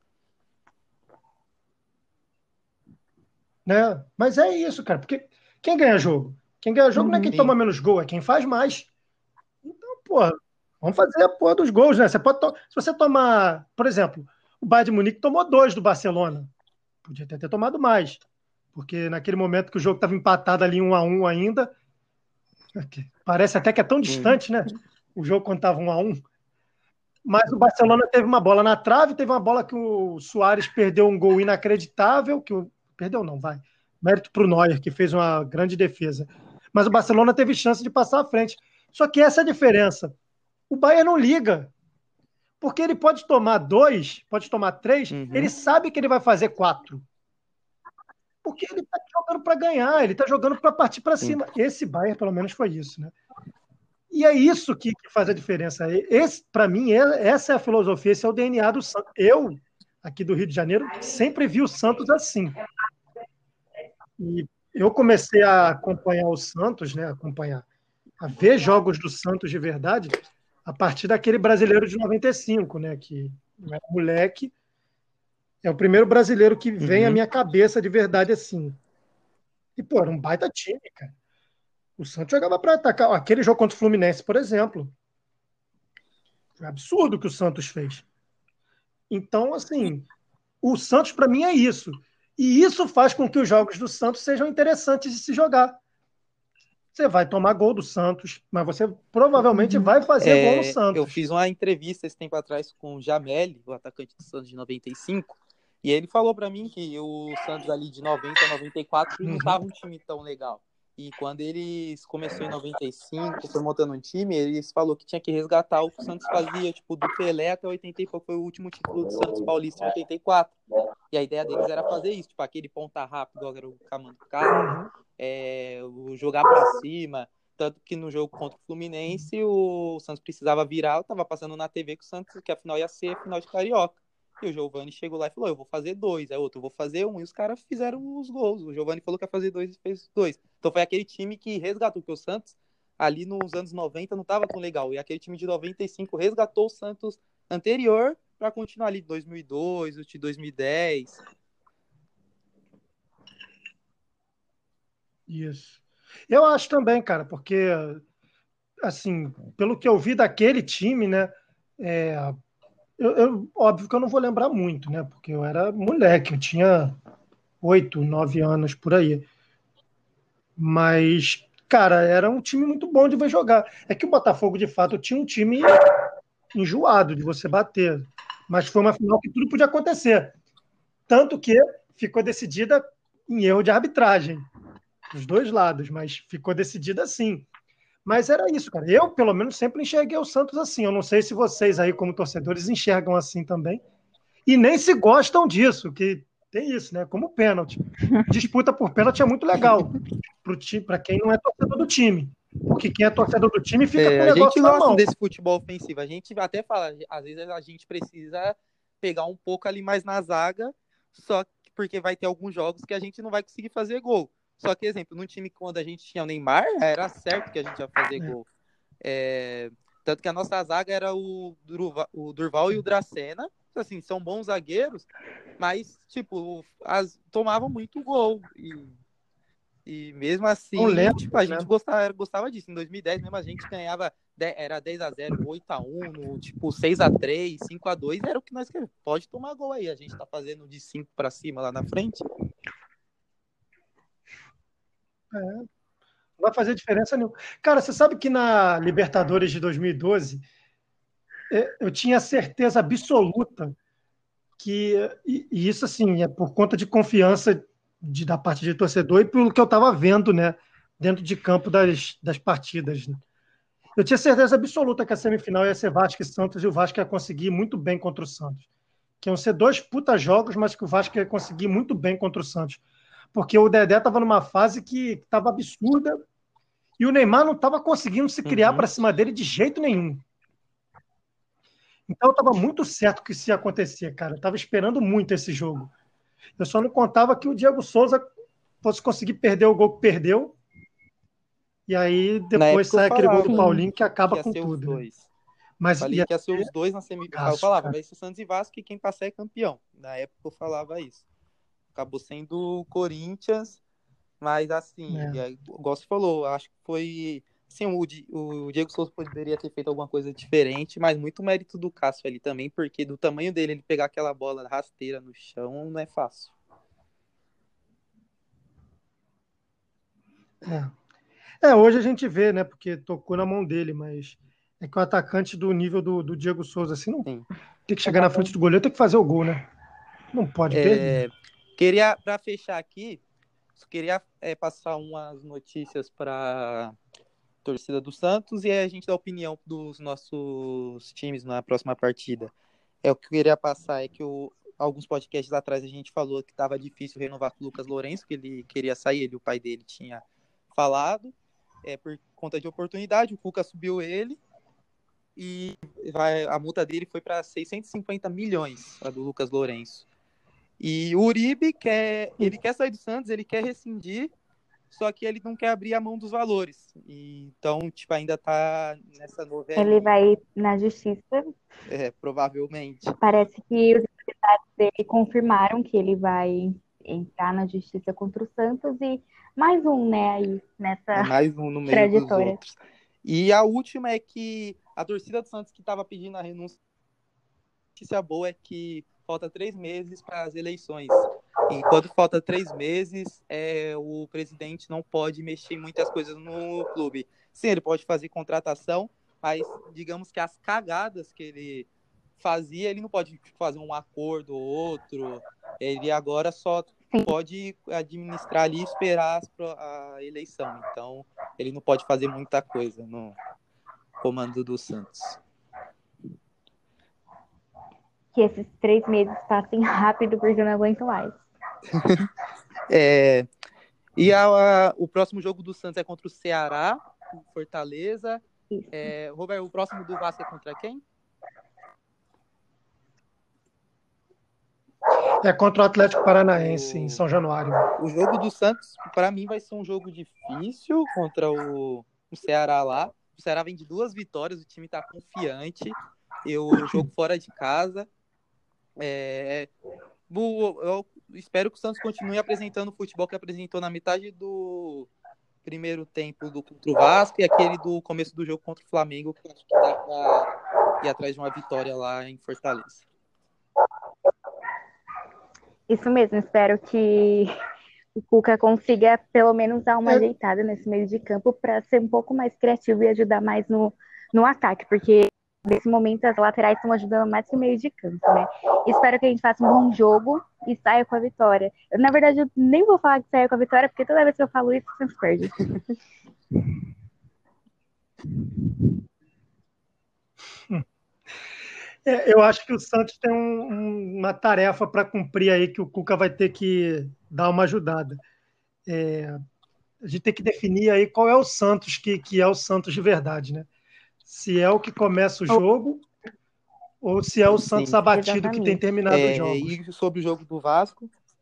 Mas é isso, cara. Porque quem ganha jogo? Quem ganha jogo não é quem toma menos gol, é quem faz mais. Então, porra, vamos fazer a porra dos gols, né? Se você tomar, por exemplo, o Bayern de Munique tomou 2 do Barcelona. Podia ter tomado mais. Porque naquele momento que o jogo estava empatado ali 1-1 ainda, parece até que é tão distante, né? O jogo quando estava 1-1. Mas o Barcelona teve uma bola na trave, teve uma bola que o Suárez perdeu um gol inacreditável, perdeu não, vai. Mérito para o Neuer, que fez uma grande defesa. Mas o Barcelona teve chance de passar à frente. Só que essa é a diferença. O Bayern não liga. Porque ele pode tomar 2, pode tomar 3, ele sabe que ele vai fazer 4. Porque ele está jogando para ganhar, ele está jogando para partir para cima. Esse Bayern, pelo menos, foi isso, né? E é isso que faz a diferença. Para mim, essa é a filosofia, esse é o DNA do Santos. Eu, aqui do Rio de Janeiro, sempre vi o Santos assim. E eu comecei a acompanhar o Santos, né? A ver jogos do Santos de verdade, a partir daquele brasileiro de 95, né? Que eu era moleque. É o primeiro brasileiro que vem à minha cabeça de verdade assim. E, pô, era um baita time, cara. O Santos jogava para atacar. Aquele jogo contra o Fluminense, por exemplo. Foi absurdo o que o Santos fez. Então, assim, o Santos, para mim, é isso. E isso faz com que os jogos do Santos sejam interessantes de se jogar. Você vai tomar gol do Santos, mas você provavelmente vai fazer gol no Santos. Eu fiz uma entrevista esse tempo atrás com o Jameli, o atacante do Santos de 95, e ele falou para mim que o Santos ali de 90 a 94 não estava um time tão legal. E quando eles começou em 95, foi montando um time, eles falou que tinha que resgatar o que o Santos fazia, tipo, do Pelé até 80 e pouco, foi o último título do Santos Paulista em 84. E a ideia deles era fazer isso, tipo, aquele ponta rápido, igual era o Camanducato, o jogar para cima. Tanto que no jogo contra o Fluminense, o Santos precisava virar, eu tava passando na TV que o Santos, que a final ia ser a final de Carioca. E o Giovani chegou lá e falou, eu vou fazer 2, aí outro, eu vou fazer 1, e os caras fizeram os gols. O Giovani falou que ia fazer 2 e fez 2. Então foi aquele time que resgatou, porque o Santos, ali nos anos 90, não tava tão legal. E aquele time de 95 resgatou o Santos anterior para continuar ali de 2002, o de 2010. Isso. Eu acho também, cara, porque, assim, pelo que eu vi daquele time, né, óbvio que eu não vou lembrar muito, né, porque eu era moleque, eu tinha 8, 9 anos por aí. Mas, cara, era um time muito bom de ver jogar. É que o Botafogo, de fato, tinha um time enjoado de você bater. Mas foi uma final que tudo podia acontecer. Tanto que ficou decidida em erro de arbitragem, dos dois lados, mas ficou decidida assim. Mas era isso, cara. Eu, pelo menos, sempre enxerguei o Santos assim. Eu não sei se vocês aí, como torcedores, enxergam assim também. E nem se gostam disso, que tem isso, né? Como pênalti. Disputa por pênalti é muito legal para quem não é torcedor do time. Porque quem é torcedor do time fica com o negócio na mão. A gente gosta desse futebol ofensivo. A gente até fala, às vezes a gente precisa pegar um pouco ali mais na zaga, só que porque vai ter alguns jogos que a gente não vai conseguir fazer gol. Só que, exemplo, no time quando a gente tinha o Neymar, era certo que a gente ia fazer gol. Tanto que a nossa zaga era o Durval e o Dracena. Assim, são bons zagueiros, mas, tipo, tomavam muito gol. E mesmo assim, tipo, a gente gostava disso. Em 2010 mesmo a gente ganhava, era 10-0, 8-1, tipo 6-3, 5-2, era o que nós queríamos. Pode tomar gol aí, a gente tá fazendo de 5 para cima lá na frente. Não vai fazer diferença nenhuma. Cara, você sabe que na Libertadores de 2012 eu tinha certeza absoluta que, e isso assim, é por conta de confiança da parte de torcedor e pelo que eu estava vendo, né, dentro de campo das partidas. Né? Eu tinha certeza absoluta que a semifinal ia ser Vasco e Santos e o Vasco ia conseguir muito bem contra o Santos. Que iam ser 2 puta jogos, mas que o Vasco ia conseguir muito bem contra o Santos. Porque o Dedé estava numa fase que estava absurda e o Neymar não estava conseguindo se criar para cima dele de jeito nenhum. Então estava muito certo que isso ia acontecer, cara. Eu estava esperando muito esse jogo. Eu só não contava que o Diego Souza fosse conseguir perder o gol que perdeu. E aí depois sai aquele gol do Paulinho que acaba com tudo. Né? Mas falei que ia ser os dois na semifinal. Eu falava, vai ser Santos e Vasco e quem passar é campeão. Na época eu falava isso. Acabou sendo o Corinthians, mas assim, igual você falou, acho que foi. Sim, o Diego Souza poderia ter feito alguma coisa diferente, mas muito mérito do Cássio ali também, porque do tamanho dele, ele pegar aquela bola rasteira no chão não é fácil. Hoje a gente vê, né, porque tocou na mão dele, mas é que o atacante do nível do Diego Souza, assim, não tem que chegar na frente do goleiro, tem que fazer o gol, né? Não pode perder. Queria, para fechar aqui, queria passar umas notícias para torcida do Santos e a gente dá a opinião dos nossos times na próxima partida. O que eu queria passar é que alguns podcasts atrás a gente falou que estava difícil renovar com o Lucas Lourenço, que ele queria sair, o pai dele tinha falado, por conta de oportunidade, o Cuca subiu ele e a multa dele foi para 650 milhões, a do Lucas Lourenço. E o Uribe ele quer sair do Santos, ele quer rescindir, só que ele não quer abrir a mão dos valores. Então, tipo, ainda tá nessa novela. Ele vai na justiça. Provavelmente. Parece que os deputados dele confirmaram que ele vai entrar na justiça contra o Santos e mais um, né, aí nessa mais um no meio trajetória. dos outros. E a última é que a torcida do Santos que estava pedindo a renúncia, a notícia boa é que falta 3 meses para as eleições. Enquanto falta 3 meses, o presidente não pode mexer em muitas coisas no clube. Sim, ele pode fazer contratação, mas digamos que as cagadas que ele fazia, ele não pode fazer um acordo ou outro. Ele agora só pode administrar ali e esperar a eleição. Então, ele não pode fazer muita coisa no comando do Santos. Que esses 3 meses passem rápido, porque eu não aguento mais. E o próximo jogo do Santos é contra o Ceará, Fortaleza. Roberto, o próximo do Vasco é contra quem? É contra o Atlético Paranaense, em São Januário. O jogo do Santos, para mim, vai ser um jogo difícil contra o Ceará lá. O Ceará vem de 2 vitórias, o time está confiante. O jogo fora de casa. Eu espero que o Santos continue apresentando o futebol que apresentou na metade do primeiro tempo contra o Vasco e aquele do começo do jogo contra o Flamengo, que eu acho que dá para ir atrás de uma vitória lá em Fortaleza. Isso mesmo, espero que o Cuca consiga pelo menos dar uma ajeitada nesse meio de campo para ser um pouco mais criativo e ajudar mais no ataque, porque nesse momento as laterais estão ajudando mais que o meio de campo, né? Espero que a gente faça um bom jogo e saia com a vitória. Na verdade, eu nem vou falar que saia com a vitória, porque toda vez que eu falo isso, o Santos perde. Eu acho que o Santos tem uma tarefa para cumprir aí, que o Cuca vai ter que dar uma ajudada. A gente tem que definir aí qual é o Santos que é o Santos de verdade, né? Se é o que começa o jogo ou se é o Santos abatido, exatamente, que tem terminado os jogos. E sobre o jogo do Vasco?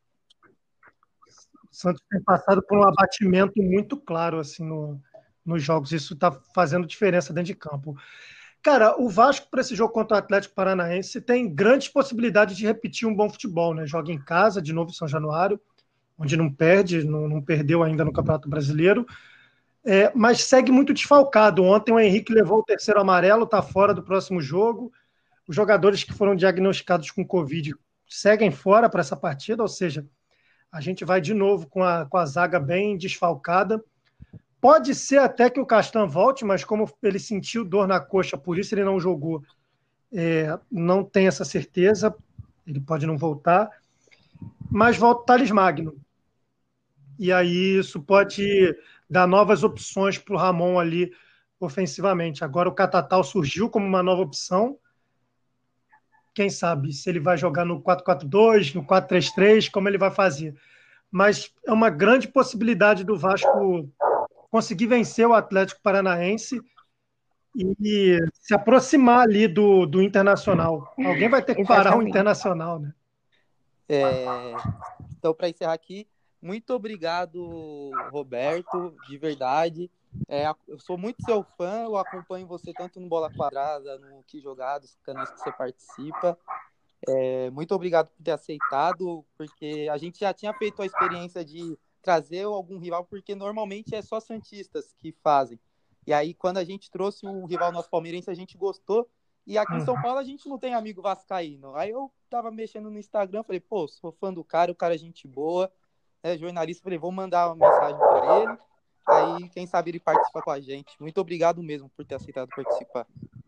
O Santos tem passado por um abatimento muito claro assim, nos jogos. Isso está fazendo diferença dentro de campo. Cara, o Vasco, para esse jogo contra o Atlético Paranaense, tem grandes possibilidades de repetir um bom futebol, né? Joga em casa, de novo em São Januário, onde não perde, não perdeu ainda no Campeonato Brasileiro, mas segue muito desfalcado. Ontem o Henrique levou o 3º amarelo, está fora do próximo jogo. Os jogadores que foram diagnosticados com Covid seguem fora para essa partida, ou seja, a gente vai de novo com a zaga bem desfalcada. Pode ser até que o Castan volte, mas como ele sentiu dor na coxa, por isso ele não jogou, não tem essa certeza, ele pode não voltar, mas volta o Thales Magno. E aí isso pode dar novas opções para o Ramon ali ofensivamente. Agora o Catatal surgiu como uma nova opção. Quem sabe se ele vai jogar no 4-4-2, no 4-3-3, como ele vai fazer. Mas é uma grande possibilidade do Vasco conseguir vencer o Atlético Paranaense e se aproximar ali do Internacional. Alguém vai ter que parar o Internacional, né? Então, para encerrar aqui, muito obrigado, Roberto, de verdade. Eu sou muito seu fã, eu acompanho você tanto no Bola Quadrada, no Que Jogados, canais que você participa. Muito obrigado por ter aceitado, porque a gente já tinha feito a experiência de trazer algum rival, porque normalmente é só santistas que fazem. E aí, quando a gente trouxe um rival nosso palmeirense, a gente gostou. E aqui em São Paulo a gente não tem amigo vascaíno. Aí eu tava mexendo no Instagram, falei, pô, sou fã do cara, o cara é gente boa, jornalista, falei, vou mandar uma mensagem para ele. Aí, quem sabe ele participa com a gente. Muito obrigado mesmo por ter aceitado participar.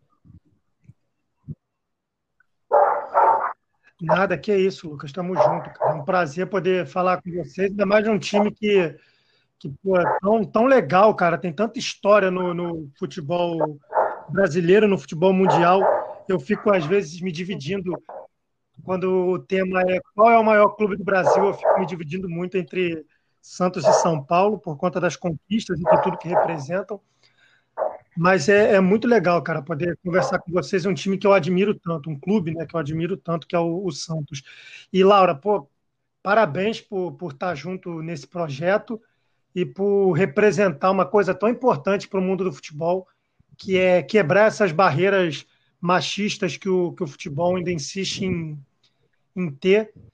Nada, que é isso, Lucas. Estamos juntos, cara. É um prazer poder falar com vocês, ainda mais de um time que pô, é tão legal, cara. Tem tanta história no futebol brasileiro, no futebol mundial. Eu fico, às vezes, me dividindo. Quando o tema é qual é o maior clube do Brasil, eu fico me dividindo muito entre Santos e São Paulo, por conta das conquistas e de tudo que representam. Mas é muito legal, cara, poder conversar com vocês. É um time que eu admiro tanto, um clube, né, que eu admiro tanto, que é o Santos. E, Laura, pô, parabéns por estar junto nesse projeto e por representar uma coisa tão importante para o mundo do futebol, que é quebrar essas barreiras machistas que o futebol ainda insiste em ter.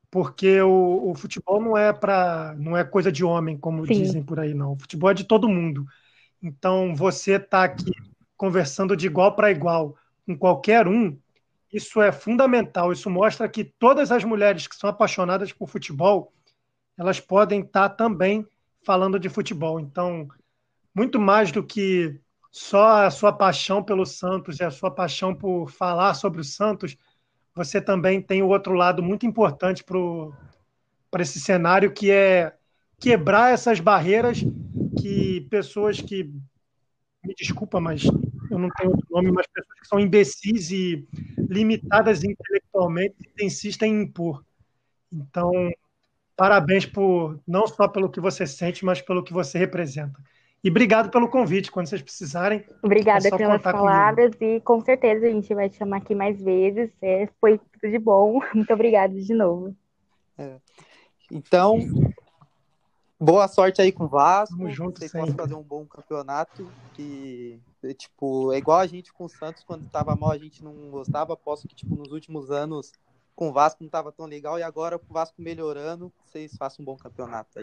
porque o futebol não é coisa de homem, como Sim. dizem por aí, não. O futebol é de todo mundo. Então, você está aqui conversando de igual para igual com qualquer um, isso é fundamental. Isso mostra que todas as mulheres que são apaixonadas por futebol, elas podem estar também falando de futebol. Então, muito mais do que só a sua paixão pelo Santos e a sua paixão por falar sobre o Santos, você também tem o outro lado muito importante para esse cenário, que é quebrar essas barreiras que pessoas que, me desculpa, mas eu não tenho outro nome, mas pessoas que são imbecis e limitadas intelectualmente insistem em impor. Então, parabéns por não só pelo que você sente, mas pelo que você representa. E obrigado pelo convite. Quando vocês precisarem, é Obrigada só pelas contar palavras comigo. e com certeza a gente vai te chamar aqui mais vezes. Foi tudo de bom. Muito obrigada de novo. Então, boa sorte aí com o Vasco. Tamo junto Vocês sempre. possam fazer um bom campeonato. Que, tipo, é igual a gente com o Santos, quando tava mal a gente não gostava. Aposto que, tipo, nos últimos anos com o Vasco não tava tão legal. E agora com o Vasco melhorando, vocês façam um bom campeonato aí.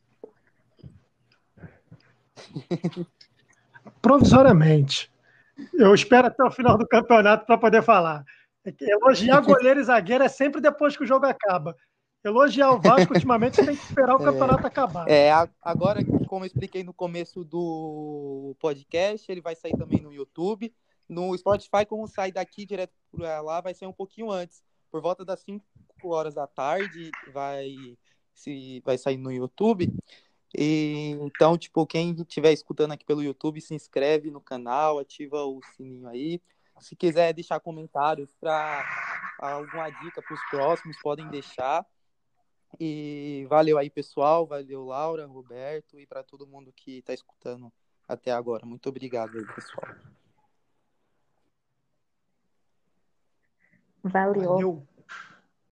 Provisoriamente. Eu espero até o final do campeonato para poder falar. Elogiar goleiro e zagueiro é sempre depois que o jogo acaba. Elogiar o Vasco, ultimamente, você tem que esperar o campeonato acabar. Agora, como eu expliquei no começo do podcast, ele vai sair também no YouTube. No Spotify, como sai daqui direto para lá, vai ser um pouquinho antes. Por volta das 5 horas da tarde, vai sair no YouTube. E, então, tipo, quem estiver escutando aqui pelo YouTube, se inscreve no canal, ativa o sininho aí. Se quiser deixar comentários para alguma dica para os próximos, podem deixar. E valeu aí, pessoal. Valeu, Laura, Roberto, e para todo mundo que está escutando até agora. Muito obrigado aí, pessoal. Valeu.